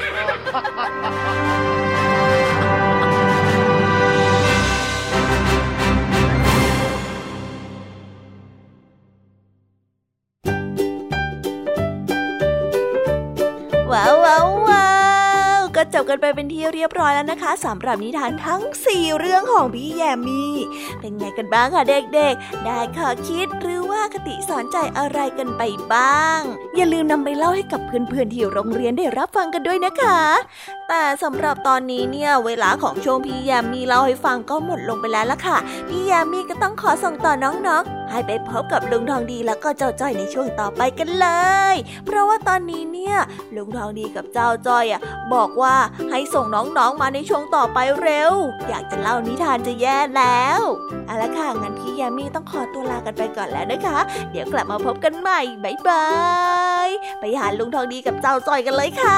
ว้าวว้าวว้าวก็จบกันไปเป็นที่เรียบร้อยแล้วนะคะสำหรับนิทานทั้งสี่เรื่องของพี่แยมมี่เป็นไงกันบ้างคะเด็กๆได้ข้อคิดหรือว่าคติสอนใจอะไรกันไปบ้างอย่าลืมนำไปเล่าให้กับเพื่อนๆที่โรงเรียนได้รับฟังกันด้วยนะคะแต่สำหรับตอนนี้เนี่ยเวลาของช่วงพี่แยมมี่เล่าให้ฟังก็หมดลงไปแล้วล่ะค่ะพี่แยมมี่ก็ต้องขอส่งต่อน้องๆให้ไปพบกับลุงทองดีแล้วก็เจ้าจ้อยในช่วงต่อไปกันเลยเพราะว่าตอนนี้เนี่ยลุงทองดีกับเจ้าจ้อยอ่ะบอกว่าให้ส่งน้องๆมาในช่วงต่อไปเร็วอยากจะเล่านิทานจะแย่แล้วเอาละค่ะงั้นพี่แยมมี่ต้องขอตัวลากันไปก่อนแล้วนะคะเดี๋ยวกลับมาพบกันใหม่บ๊ายบายไปหาลุงทองดีกับเจ้าจ้อยกันเลยค่ะ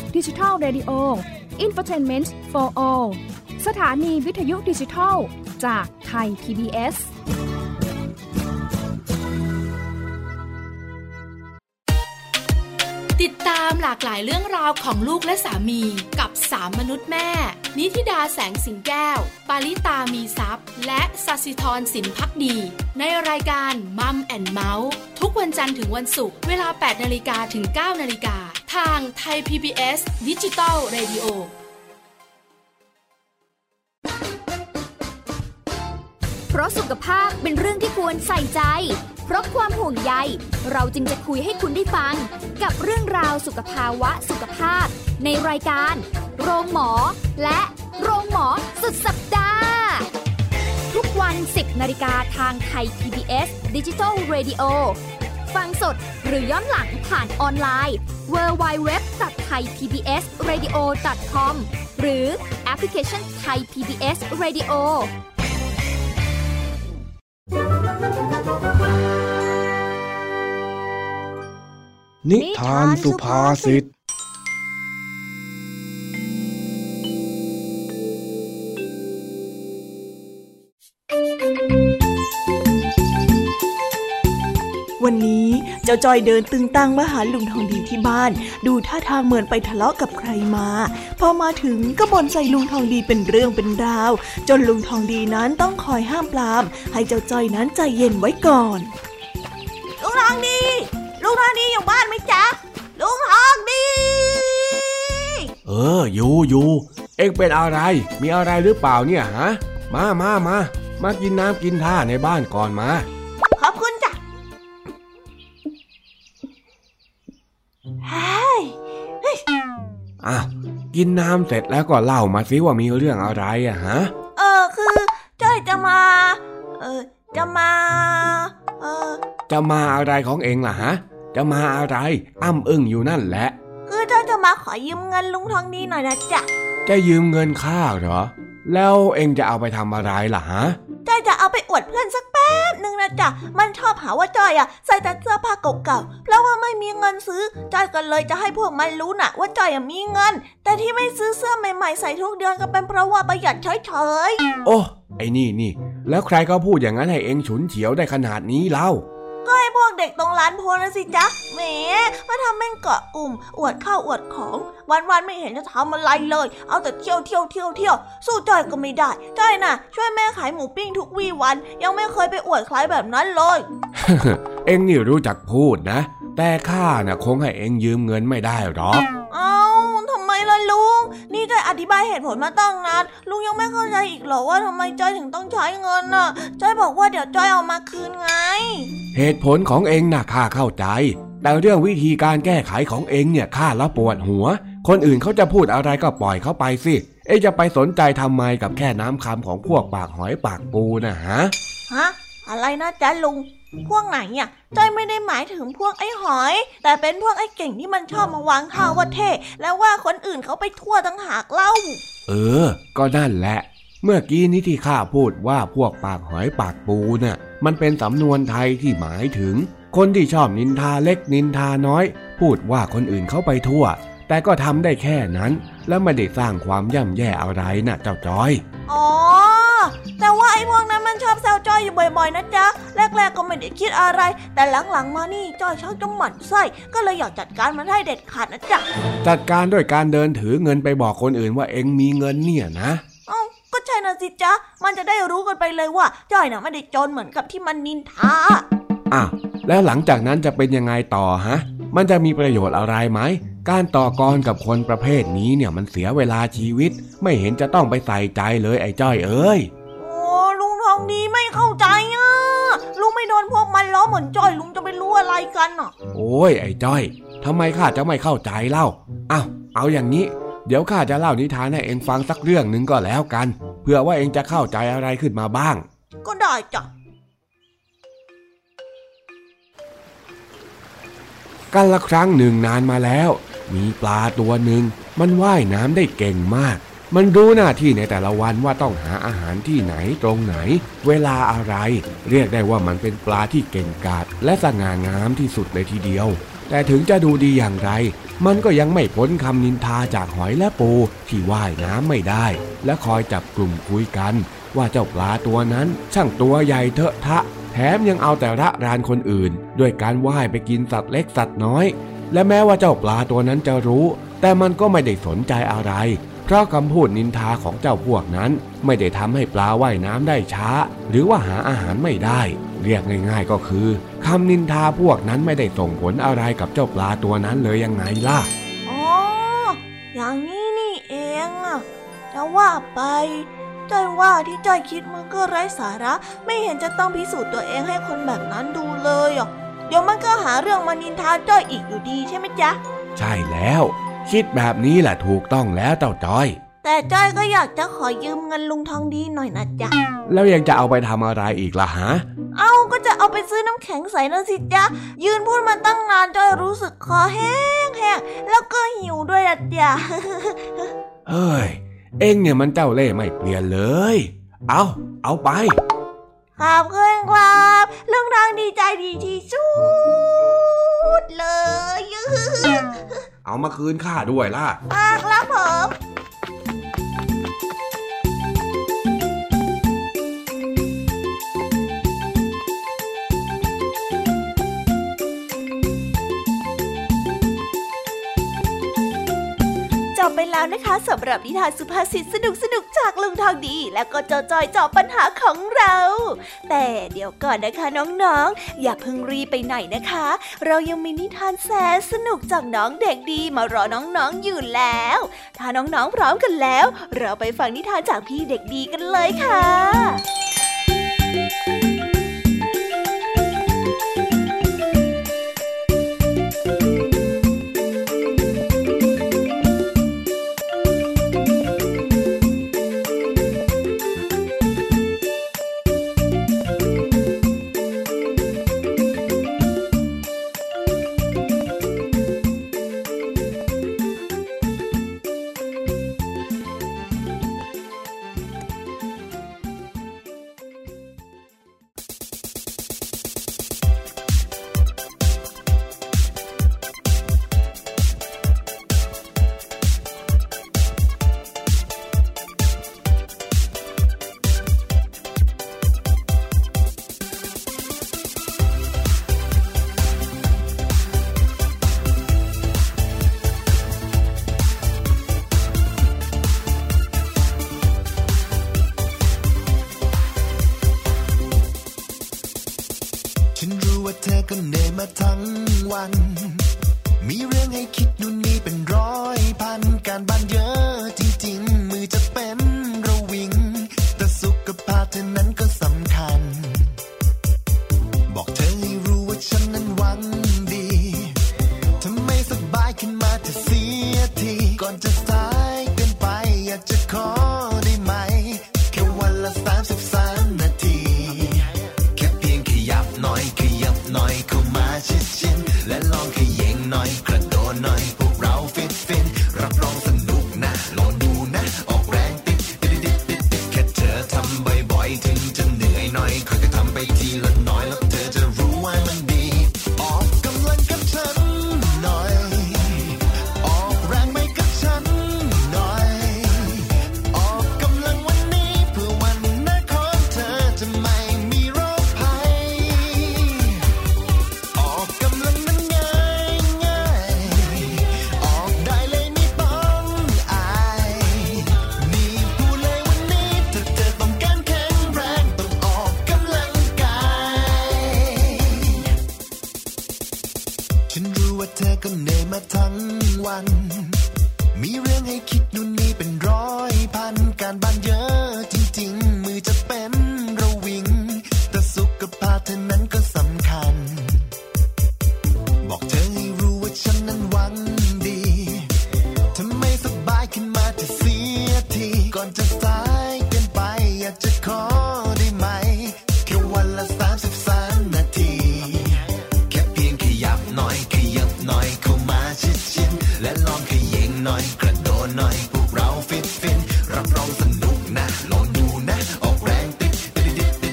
Digital Radio Infotainment for All สถานีวิทยุดิจิทัลจากไทย พี บี เอสติดตามหลากหลายเรื่องราวของลูกและสามีกับสามมนุษย์แม่นิธิดาแสงสิงแก้วปาริตามีทรัพย์และศศิธรสินภักดีในรายการมัมแอนด์เมาส์ทุกวันจันทร์ถึงวันศุกร์เวลา แปดนาฬิกา ถึง เก้านาฬิกา ทางไทย พี บี เอส Digital Radio เพราะสุขภาพเป็นเรื่องที่ควรใส่ใจเพราะความห่วงใยเราจึงจะคุยให้คุณได้ฟังกับเรื่องราวสุขภาวะสุขภาพในรายการโรงหมอและโรงหมอสุดสัปดาห์ทุกวัน สิบนาฬิกาทางไทย พี บี เอส Digital Radio ฟังสดหรือย้อนหลังผ่านออนไลน์ ดับเบิลยู ดับเบิลยู ดับเบิลยู ดอท ไทย พี บี เอส เรดิโอ ดอท คอม หรือแอปพลิเคชัน Thai พี บี เอส Radio นิทานสุภาษิตวันนี้เจ้าจ้อยเดินตึงตังมาหาลุงทองดีที่บ้านดูท่าทางเหมือนไปทะเลาะกับใครมาพอมาถึงก็บ่นใส่ลุงทองดีเป็นเรื่องเป็นราวจนลุงทองดีนั้นต้องคอยห้ามปรามให้เจ้าจ้อยนั้นใจเย็นไว้ก่อนลุงทองดีลุงทองดีอยู่บ้านไหมจ๊ะลุงทองดีเอออยู่อยู่เอ็งเป็นอะไรมีอะไรหรือเปล่าเนี่ยฮะมามามามากินน้ำกินท่าในบ้านก่อนมาขอบคุณจ้ะเฮ้ยอ่ะกินน้ำเสร็จแล้วก็เล่ามาสิว่ามีเรื่องอะไรอะฮะเออคือจ้อยจะมาเออจะมาเออจะมาอะไรของเอ็งล่ะฮะจะมาอะไรอ้ำอึ้งอยู่นั่นแหละคือจ้อยจะมาขอยืมเงินลุงทองดีหน่อยนะจ๊ะจะยืมเงินข้าเหรอแล้วเอ็งจะเอาไปทำอะไรล่ะฮะจ้อยจะเอาไปอวดเพื่อนสักแป๊บนึงนะจ๊ะมันชอบหาว่าจ้อยอ่ะใส่แต่เสื้อผ้าเก่าๆเพราะว่าไม่มีเงินซื้อจ้อยก็เลยจะให้พวกมันรู้น่ะว่าจ้อยมีเงินแต่ที่ไม่ซื้อเสื้อใหม่ๆใส่ทุกเดือนก็เป็นเพราะว่าประหยัดเฉยๆโอ้ไอ้นี่นี่แล้วใครก็พูดอย่างนั้นให้เอ็งฉุนเฉียวได้ขนาดนี้เล่าก็ให้พวกเด็กตรงร้านโพนะสิจ๊ะแหมมาทำแม่งเกาะกลุ่มอวดข้าวอวดของวันๆไม่เห็นจะทำอะไรเลยเอาแต่เที่ยวเที่ยวเที่ยวเที่ยวสู้จ้อยก็ไม่ได้จ้อยน่ะช่วยแม่ขายหมูปิ้งทุกวี่วันยังไม่เคยไปอวดใครแบบนั้นเลยเอ็งนี่รู้จักพูดนะแต่ข้าน่ะคงให้เอ็งยืมเงินไม่ได้หรอกเอ้าทำไมล่ะลุงนี่จ้อยอธิบายเหตุผลมาตั้งนานลุงยังไม่เข้าใจอีกเหรอว่าทำไมจ้อยถึงต้องใช้เงินน่ะจ้อยบอกว่าเดี๋ยวจ้อยเอามาคืนไงเหตุผลของเอ็งน่ะข้าเข้าใจแต่เรื่องวิธีการแก้ไขของเอ็งเนี่ยข้าละปวดหัวคนอื่นเขาจะพูดอะไรก็ปล่อยเขาไปสิเอ็งจะไปสนใจทำไมกับแค่น้ำคำของพวกปากหอยปากปูนะฮะฮะอะไรนะจ๊ะลุงพวกไหนอ่ะจ้อยไม่ได้หมายถึงพวกไอ้หอยแต่เป็นพวกไอ้เก่งที่มันชอบมาวางท่าว่าเท่แล้วว่าคนอื่นเขาไปทั่วทั้งหากเล่าเออก็นั่นแหละเมื่อกี้นี้ที่ข้าพูดว่าพวกปากหอยปากปูน่ะมันเป็นสำนวนไทยที่หมายถึงคนที่ชอบนินทาเล็กนินทาน้อยพูดว่าคนอื่นเขาไปทั่วแต่ก็ทำได้แค่นั้นแล้วไม่ได้สร้างความย่ำแย่อะไรนะเจ้าจ้อยอ๋อแต่ว่าไอ้พวกนั้นมันชอบแซวจ้อยอยู่บ่อยๆนะจ๊ะแรกๆก็ไม่ได้คิดอะไรแต่หลังๆมานี่จ้อยชักจะหมั่นไส้ก็เลยอยากจัดการมันให้เด็ดขาดนะจ๊ะจัดการด้วยการเดินถือเงินไปบอกคนอื่นว่าเอ็งมีเงินเนี่ยนะเอ้าก็ใช่นะสิจ๊ะมันจะได้รู้กันไปเลยว่าจ้อยน่ะไม่ได้จนเหมือนกับที่มันนินทาอ้าวแล้วหลังจากนั้นจะเป็นยังไงต่อฮะมันจะมีประโยชน์อะไรไหมการต่อกรกับคนประเภทนี้เนี่ยมันเสียเวลาชีวิตไม่เห็นจะต้องไปใส่ใจเลยไอ้จ้อยเอ้ยโอ้ลุงทองดีไม่เข้าใจอ่ะลุงไม่โดนพวกมันล้อเหมือนจ้อยลุงจะไปรู้อะไรกันอ่ะโอ้ยไอ้จ้อยทำไมข้าจะไม่เข้าใจเล่าอ้าวเอาอย่างนี้เดี๋ยวข้าจะเล่านิทานให้เอ็งฟังสักเรื่องนึงก็แล้วกันเพื่อว่าเอ็งจะเข้าใจอะไรขึ้นมาบ้างก็ได้จ้ะกันละครั้งหนึ่งนานมาแล้วมีปลาตัวหนึ่งมันว่ายน้ำได้เก่งมากมันรู้หน้าที่ในแต่ละวันว่าต้องหาอาหารที่ไหนตรงไหนเวลาอะไรเรียกได้ว่ามันเป็นปลาที่เก่งกาจและสง่างามที่สุดเลยทีเดียวแต่ถึงจะดูดีอย่างไรมันก็ยังไม่พ้นคำนินทาจากหอยและปูที่ว่ายน้ำไม่ได้และคอยจับกลุ่มคุยกันว่าเจ้าปลาตัวนั้นช่างตัวใหญ่เถอะทะแถมยังเอาแต่ระรานคนอื่นด้วยการว่ายไปกินสัตว์เล็กสัตว์น้อยและแม้ว่าเจ้าปลาตัวนั้นจะรู้แต่มันก็ไม่ได้สนใจอะไรเพราะคำพูดนินทาของเจ้าพวกนั้นไม่ได้ทำให้ปลาว่ายน้ำได้ช้าหรือว่าหาอาหารไม่ได้เรียกง่ายๆก็คือคำนินทาพวกนั้นไม่ได้ส่งผลอะไรกับเจ้าปลาตัวนั้นเลยยังไงล่ะอ๋ออย่างนี้นี่เองอะจะว่าไปจ้อยว่าที่จ้อยคิดมันก็ไร้สาระไม่เห็นจะต้องพิสูจน์ตัวเองให้คนแบบนั้นดูเลยอ่ะเดี๋ยวมันก็หาเรื่องมานินทาจ้อยอีกอยู่ดีใช่ไหมจ๊ะใช่แล้วคิดแบบนี้แหละถูกต้องแล้วเจ้าจ้อยแต่จ้อยก็อยากจะขอยืมเงินลุงทองดีหน่อยนะจ๊ะแล้วยังจะเอาไปทำอะไรอีกล่ะฮะเอาก็จะเอาไปซื้อน้ำแข็งใสนะสิจ๊ะยืนพูดมาตั้งนานจ้อยรู้สึกคอแห้งแห้งแล้วก็หิวด้วยนะจ๊ะเฮ้ยเอ็งเนี่ยมันเจ้าเล่ห์ไม่เปลี่ยนเลยเอาเอาไปขอบคุณครับลุงทองดีใจดีที่สุดเลยเอามาคืนข้าด้วยล่ะครับผมจบไปแล้วนะคะสำหรับนิทานสุภาษิตสนุกๆจากลุงทองดีและก็เจ้าจ้อยเจาะปัญหาของเราแต่เดี๋ยวก่อนนะคะน้องๆอย่าเพิ่งรีบไปไหนนะคะเรายังมีนิทานแสนสนุกจากน้องเด็กดีมารอน้องๆอยู่แล้วถ้าน้องๆพร้อมกันแล้วเราไปฟังนิทานจากพี่เด็กดีกันเลยค่ะ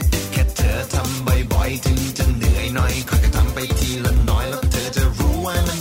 ถึงจะเหนื่อยหน่อยค่อยๆทำไปทีละน้อยแล้วเธอจะรู้ว่า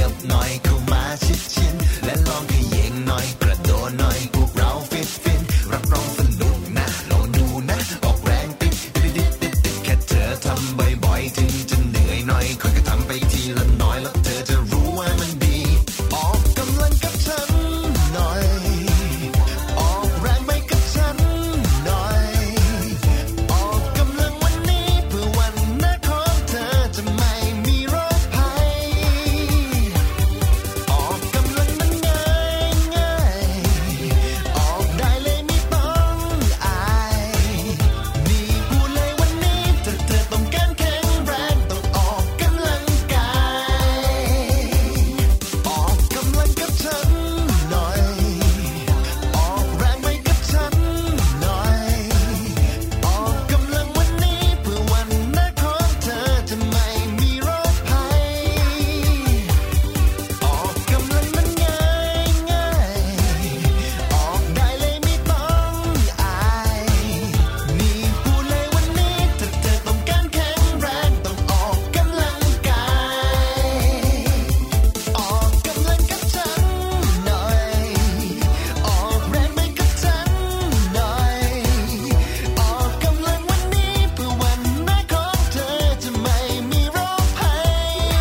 บหน่อยเข้ามาชิดชิดและลองขยิงหน่อยกระโดดหน่อยพวกเราฟิตฟินรับรองสนุกนะลองดูนะออกแรงติดติดติดติดติดแค่เธอทำบ่อยๆถึงจะเหนื่อยหน่อยค่อยๆทำไปทีละน้อยแล้วเธอจะรู้ว่ามันดีออกกำลังกับฉันหน่อยออกแรงไปกับฉันหน่อยออกกำลังวันนี้เพื่อวันหน้าของเธอจะไม่มีโรคภัยออกกำลังมันง่ายง่ายออกได้เลยไม่ต้องอายนี่พูดเลยวันนี้ถ้าเธอต้องการแข็งแรงต้องออกกำลังกายออกกำลังกับฉันหน่อยออกแรงไปกับฉันหน่อยออกกำลังวันนี้เพื่อวันหน้าของเธอจะไม่มีโรคภัยออกกำลังมันง่ายง่ายออกได้เลยไม่ต้องอายนี่พูดเลยวันนี้ถ้าเธอต้องการแข็งแรงต้องออกกำลังกายออกกำลังกับฉันหน่อยออกแรงไปกับฉันหน่อยออกกำลังวันนี้เพื่อวันหน้าของเธอจะไม่มีโรคภัย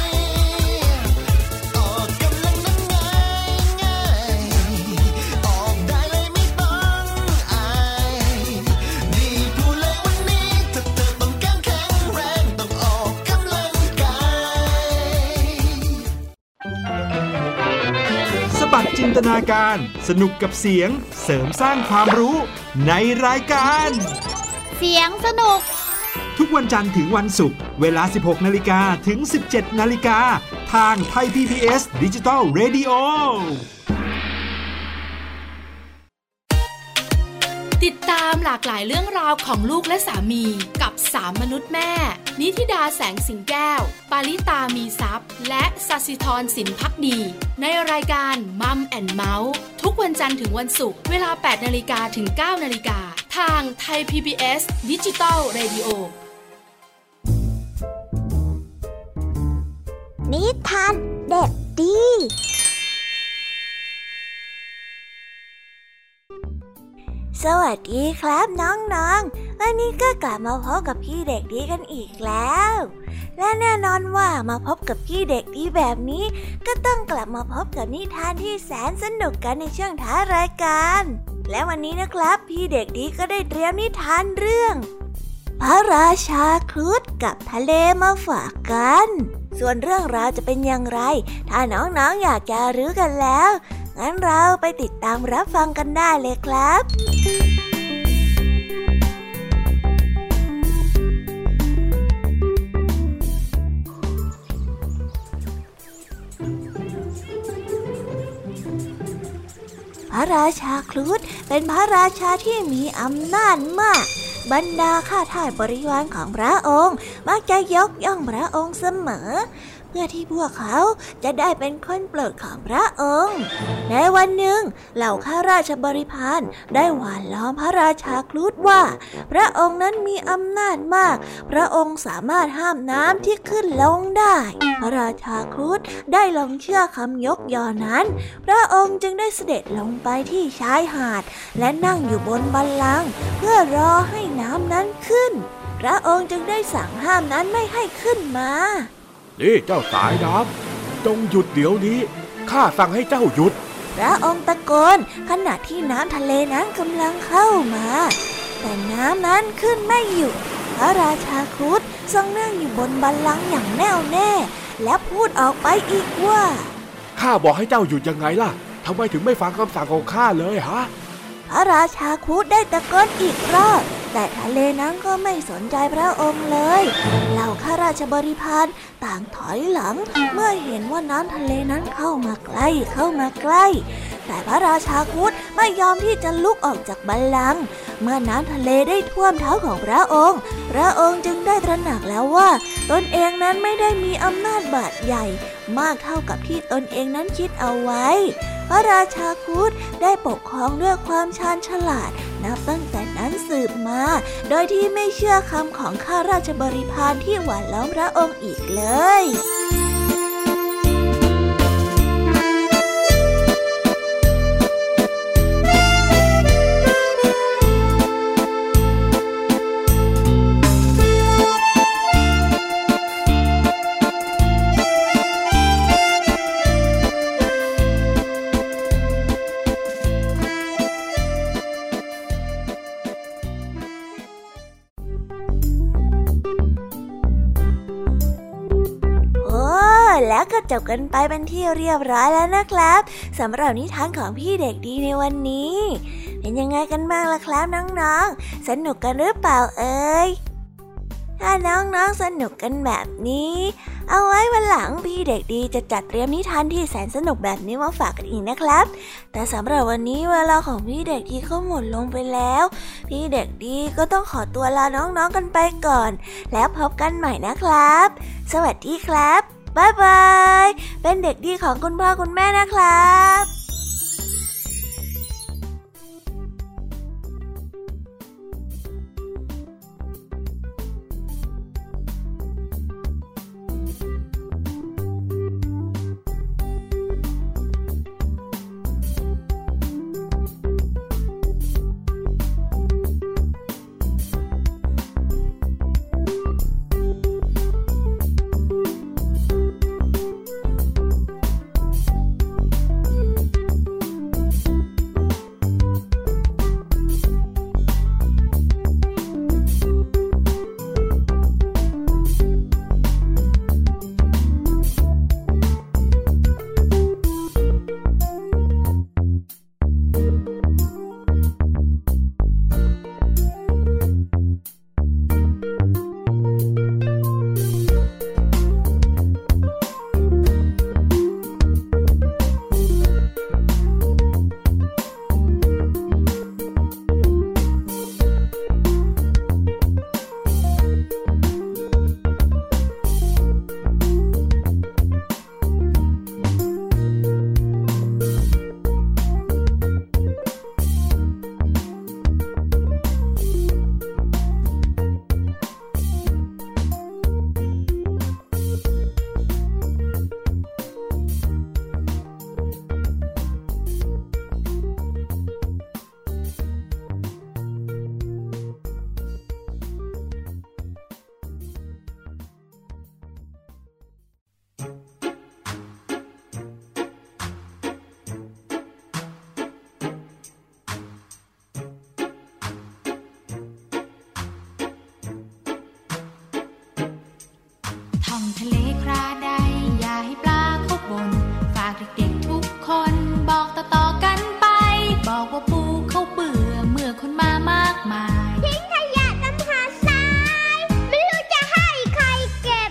ออกกำลังนั้นง่ายง่ายออกได้เลยไม่ต้องอายนี่พูดเลยวันนี้ถ้าเธอต้องการแข็งแรงต้องออกกำลังกายสบัดจินตนาการสนุกกับเสียงเสริมสร้างความรู้ในรายการเสียงสนุกทุกวันจันทร์ถึงวันศุกร์เวลา สิบหกนาฬิกา ถึง สิบเจ็ดนาฬิกา ทางไทย พี บี เอส Digital Radio ติดตามหลากหลายเรื่องราวของลูกและสามีกับสามมนุษย์แม่ นิธิดาแสงสิงแก้ว ปาริตามีทรัพย์ และศศิธรสินภักดี ในรายการมัมแอนด์เมาส์ทุกวันจันทร์ถึงวันศุกร์เวลา แปดนาฬิกา ถึง เก้านาฬิกา ทางไทย พี บี เอส Digital Radio นิทานเด็กดี สวัสดีครับน้องๆวันนี้ก็กลับมาพบกับพี่เด็กดีกันอีกแล้ว และแน่นอนว่ามาพบกับพี่เด็กดีแบบนี้ก็ต้องกลับมาพบกับนิทานที่แสนสนุกกันในช่วงท้ายรายการและวันนี้นะครับพี่เด็กดีก็ได้เตรียมนิทานเรื่องพระราชาครุฑกับทะเลมาฝากกันส่วนเรื่องราวจะเป็นอย่างไรถ้าน้องๆอยากจะรู้กันแล้วงั้นเราไปติดตามรับฟังกันได้เลยครับพระราชาครุฑเป็นพระราชาที่มีอำนาจมากบรรดาข้าทาสบริวารของพระองค์มักจะยกย่องพระองค์เสมอเพื่อที่พวกเขาจะได้เป็นคนโปรดของพระองค์ในวันหนึ่งเหล่าข้าราชบริพารได้หว่านล้อมพระราชาครุฑว่าพระองค์นั้นมีอำนาจมากพระองค์สามารถห้ามน้ำที่ขึ้นลงได้พระราชาครุฑได้ลงเชื่อคำยกยอนั้นพระองค์จึงได้เสด็จลงไปที่ชายหาดและนั่งอยู่บนบัลลังก์เพื่อรอให้น้ำนั้นขึ้นพระองค์จึงได้สั่งห้ามนั้นไม่ให้ขึ้นมานี่เจ้าสายน้ำจงหยุดเดี๋ยวนี้ข้าสั่งให้เจ้าหยุดพระองค์ตะโกนขณะที่น้ำทะเลนั้นกำลังเข้ามาแต่น้ำนั้นขึ้นไม่หยุดพระราชาครุฑทรงนั่งอยู่บนบัลลังก์อย่างแน่วแน่และพูดออกไปอีกว่าข้าบอกให้เจ้าหยุดยังไงล่ะทำไมถึงไม่ฟังคำสั่งของข้าเลยฮะพระราชาครุฑได้ตะโกนอีกรอบแต่ทะเลนั้นก็ไม่สนใจพระองค์เลยเหล่าข้าราชบริพารต่างถอยหลังเมื่อเห็นว่าน้ำทะเลนั้นเข้ามาใกล้เข้ามาใกล้แต่พระราชาครุฑไม่ยอมที่จะลุกออกจากบัลลังก์เมื่อน้ำทะเลได้ท่วมเท้าของพระองค์พระองค์จึงได้ตระหนักแล้วว่าตนเองนั้นไม่ได้มีอำนาจบาดใหญ่มากเท่ากับที่ตนเองนั้นคิดเอาไว้พระราชาครุฑได้ปกครองด้วยความชาญฉลาดนับตั้งแต่นั้นสืบมาโดยที่ไม่เชื่อคำของข้าราชบริพารที่หว่านล้อมพระองค์อีกเลยก็จบกันไปเป็นที่เรียบร้อยแล้วนะครับสำหรับนิทานของพี่เด็กดีในวันนี้เป็นยังไงกันบ้างล่ะครับน้องๆสนุกกันหรือเปล่าเอ่ยถ้าน้องๆสนุกกันแบบนี้เอาไว้วันหลังพี่เด็กดีจะจัดเตรียมนิทานที่แสนสนุกแบบนี้มาฝากกันอีกนะครับแต่สำหรับวันนี้เวลาของพี่เด็กดีก็หมดลงไปแล้วพี่เด็กดีก็ต้องขอตัวลาน้องๆกันไปก่อนแล้วพบกันใหม่นะครับสวัสดีครับบ๊ายบายเป็นเด็กดีของคุณพ่อคุณแม่นะครับทะเลคราใดอย่าให้ปลาเขาบ่นฝากเด็กๆทุกคนบอกต่อๆกันไปบอกว่าปูเขาเบื่อเมื่อคนมามากมายทิ้งขยะน้ำหาดทรายไม่รู้จะให้ใครเก็บ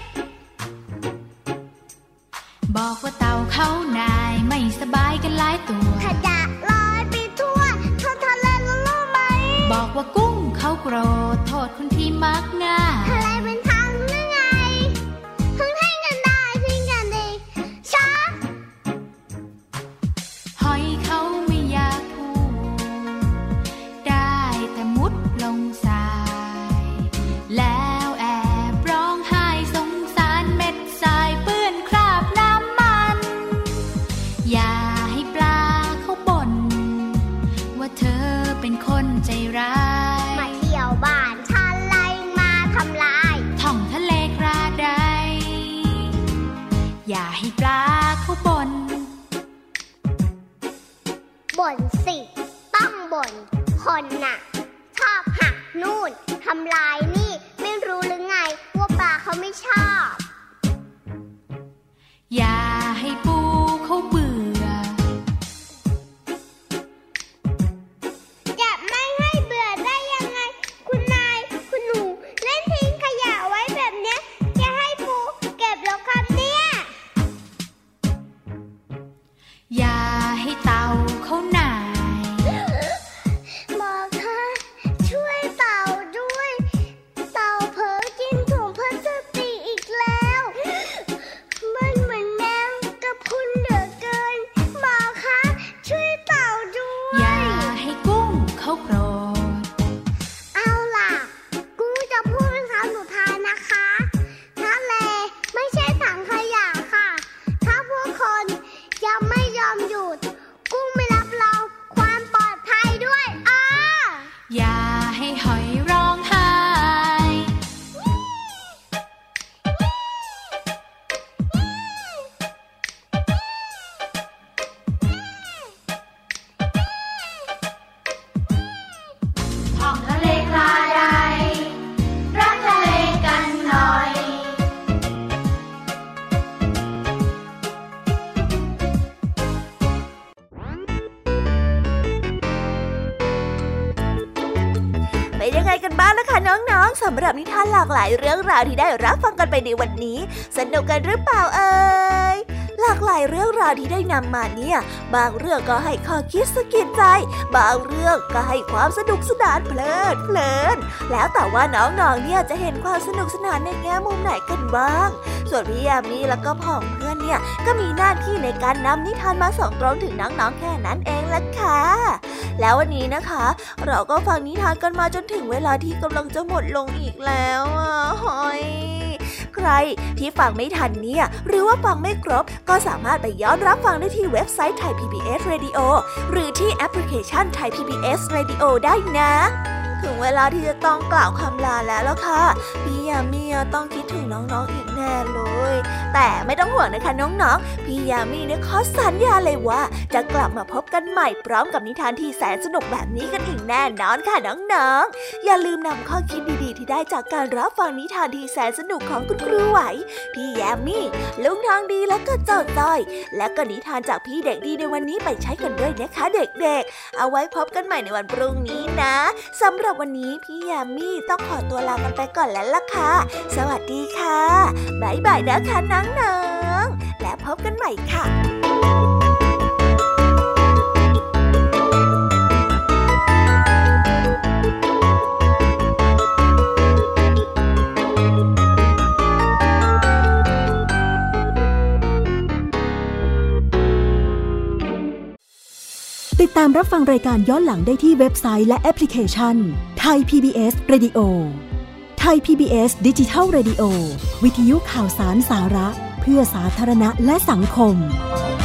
บอกว่าเต่าเขานายไม่สบายกันหลายตัวขยะลอยไปทั่วท้องทะเลรู้ไหมบอกว่ากุ้งเขาโกรธโทษคนที่มักง่ายทะเลเป็นทางหรือไงพึ่งให้กันได้ทิ้งกันดีช้าหอยเขาไม่อยากพูดได้แต่มุดลงทรายแล้วแอบร้องไห้สงสารเม็ดทรายเปื้อนคราบน้ำมันอย่าให้ปลาเขาบ่นว่าเธอเป็นคนใจร้ายมาเที่ยวบ้านฉันไล่มาทำลายท่องทะเลคราใดอย่าให้ปลาเขาบ่นบ่นสิต้องบ่นคนน่ะชอบหักนู่นทำลายนี่ไม่รู้หรือไงว่าปลาเขาไม่ชอบอย่าให้ปูเขาเบื่อจะไม่ให้เบื่อได้ยังไงคุณนายคุณหนูเล่นทิ้งขยะไว้แบบเนี้ยจะให้ปูเก็บหรอครับเนี่ยอย่าให้เต่าเขาหน่ายบอกค่ะช่วยเต่าด้วยเต่าเผลอกินถุงพลาสติกอีกแล้วมันเหมือนแมงกะพรุนเหลือเกินบอกค่ะช่วยเต่าด้วยอย่าให้กุ้งเขาโกรธเอาล่ะกูจะพูดเป็นคำสุดท้ายนะคะทะเลไม่ใช่ถังขยะค่ะถ้าพวกคนยังไม่ยอมหยุดกุ้งไม่เป็นยังไงกันบ้างล่ะคะน้องๆสำหรับนิทานหลากหลายเรื่องราวที่ได้รับฟังกันไปในวันนี้สนุกกันหรือเปล่าเอ่ยหลากหลายเรื่องราวที่ได้นำมาเนี่ยบางเรื่องก็ให้ข้อคิดสะกิดใจบางเรื่องก็ให้ความสนุกสนานเพลิดเพลินแล้วแต่ว่าน้องๆเนี่ยจะเห็นความสนุกสนานในแง่มุมไหนกันบ้างส่วนพี่ยามีแล้วก็พ่องเพื่อนเนี่ยก็มีหน้าที่ในการนำนิทานมาส่งตรงถึงน้องๆแค่นั้นเองล่ะค่ะแล้ววันนี้นะคะเราก็ฟังนิทานกันมาจนถึงเวลาที่กำลังจะหมดลงอีกแล้วอ่ะหอยใครที่ฟังไม่ทันเนี่ยหรือว่าฟังไม่ครบก็สามารถไปย้อนรับฟังได้ที่เว็บไซต์ Thai พี บี เอส Radio หรือที่แอปพลิเคชัน Thai พี บี เอส Radio ได้นะถึงเวลาที่จะต้องกล่าวคำลาแล้วล่ะค่ะพี่ยามีต้องคิดถึงน้องๆอีกแน่เลยแต่ไม่ต้องห่วงนะคะน้องๆพี่ยามีเนี่ยขอสัญญาเลยว่าจะกลับมาพบกันใหม่พร้อมกับนิทานที่แสนสนุกแบบนี้กันอีกแน่นอนค่ะน้องๆอย่าลืมนำข้อคิดดีๆที่ได้จากการรับฟังนิทานที่แสนสนุกของคุณครูไหวพี่ยามีลุงทองดีและก็เจ้าจ้อยและก็นิทานจากพี่เด็กดีในวันนี้ไปใช้กันด้วยนะคะเด็กๆเอาไว้พบกันใหม่ในวันพรุ่งนี้นะสำหรับวันนี้พี่ยามีต้องขอตัวลากันไปก่อนแล้วล่ะค่ะสวัสดีค่ะบ๊ายบายนะคะน้องๆและพบกันใหม่ค่ะติดตามรับฟังรายการย้อนหลังได้ที่เว็บไซต์และแอปพลิเคชัน Thai พี บี เอส Radio Thai พี บี เอส Digital Radio วิทยุข่าวสารสาระเพื่อสาธารณะและสังคม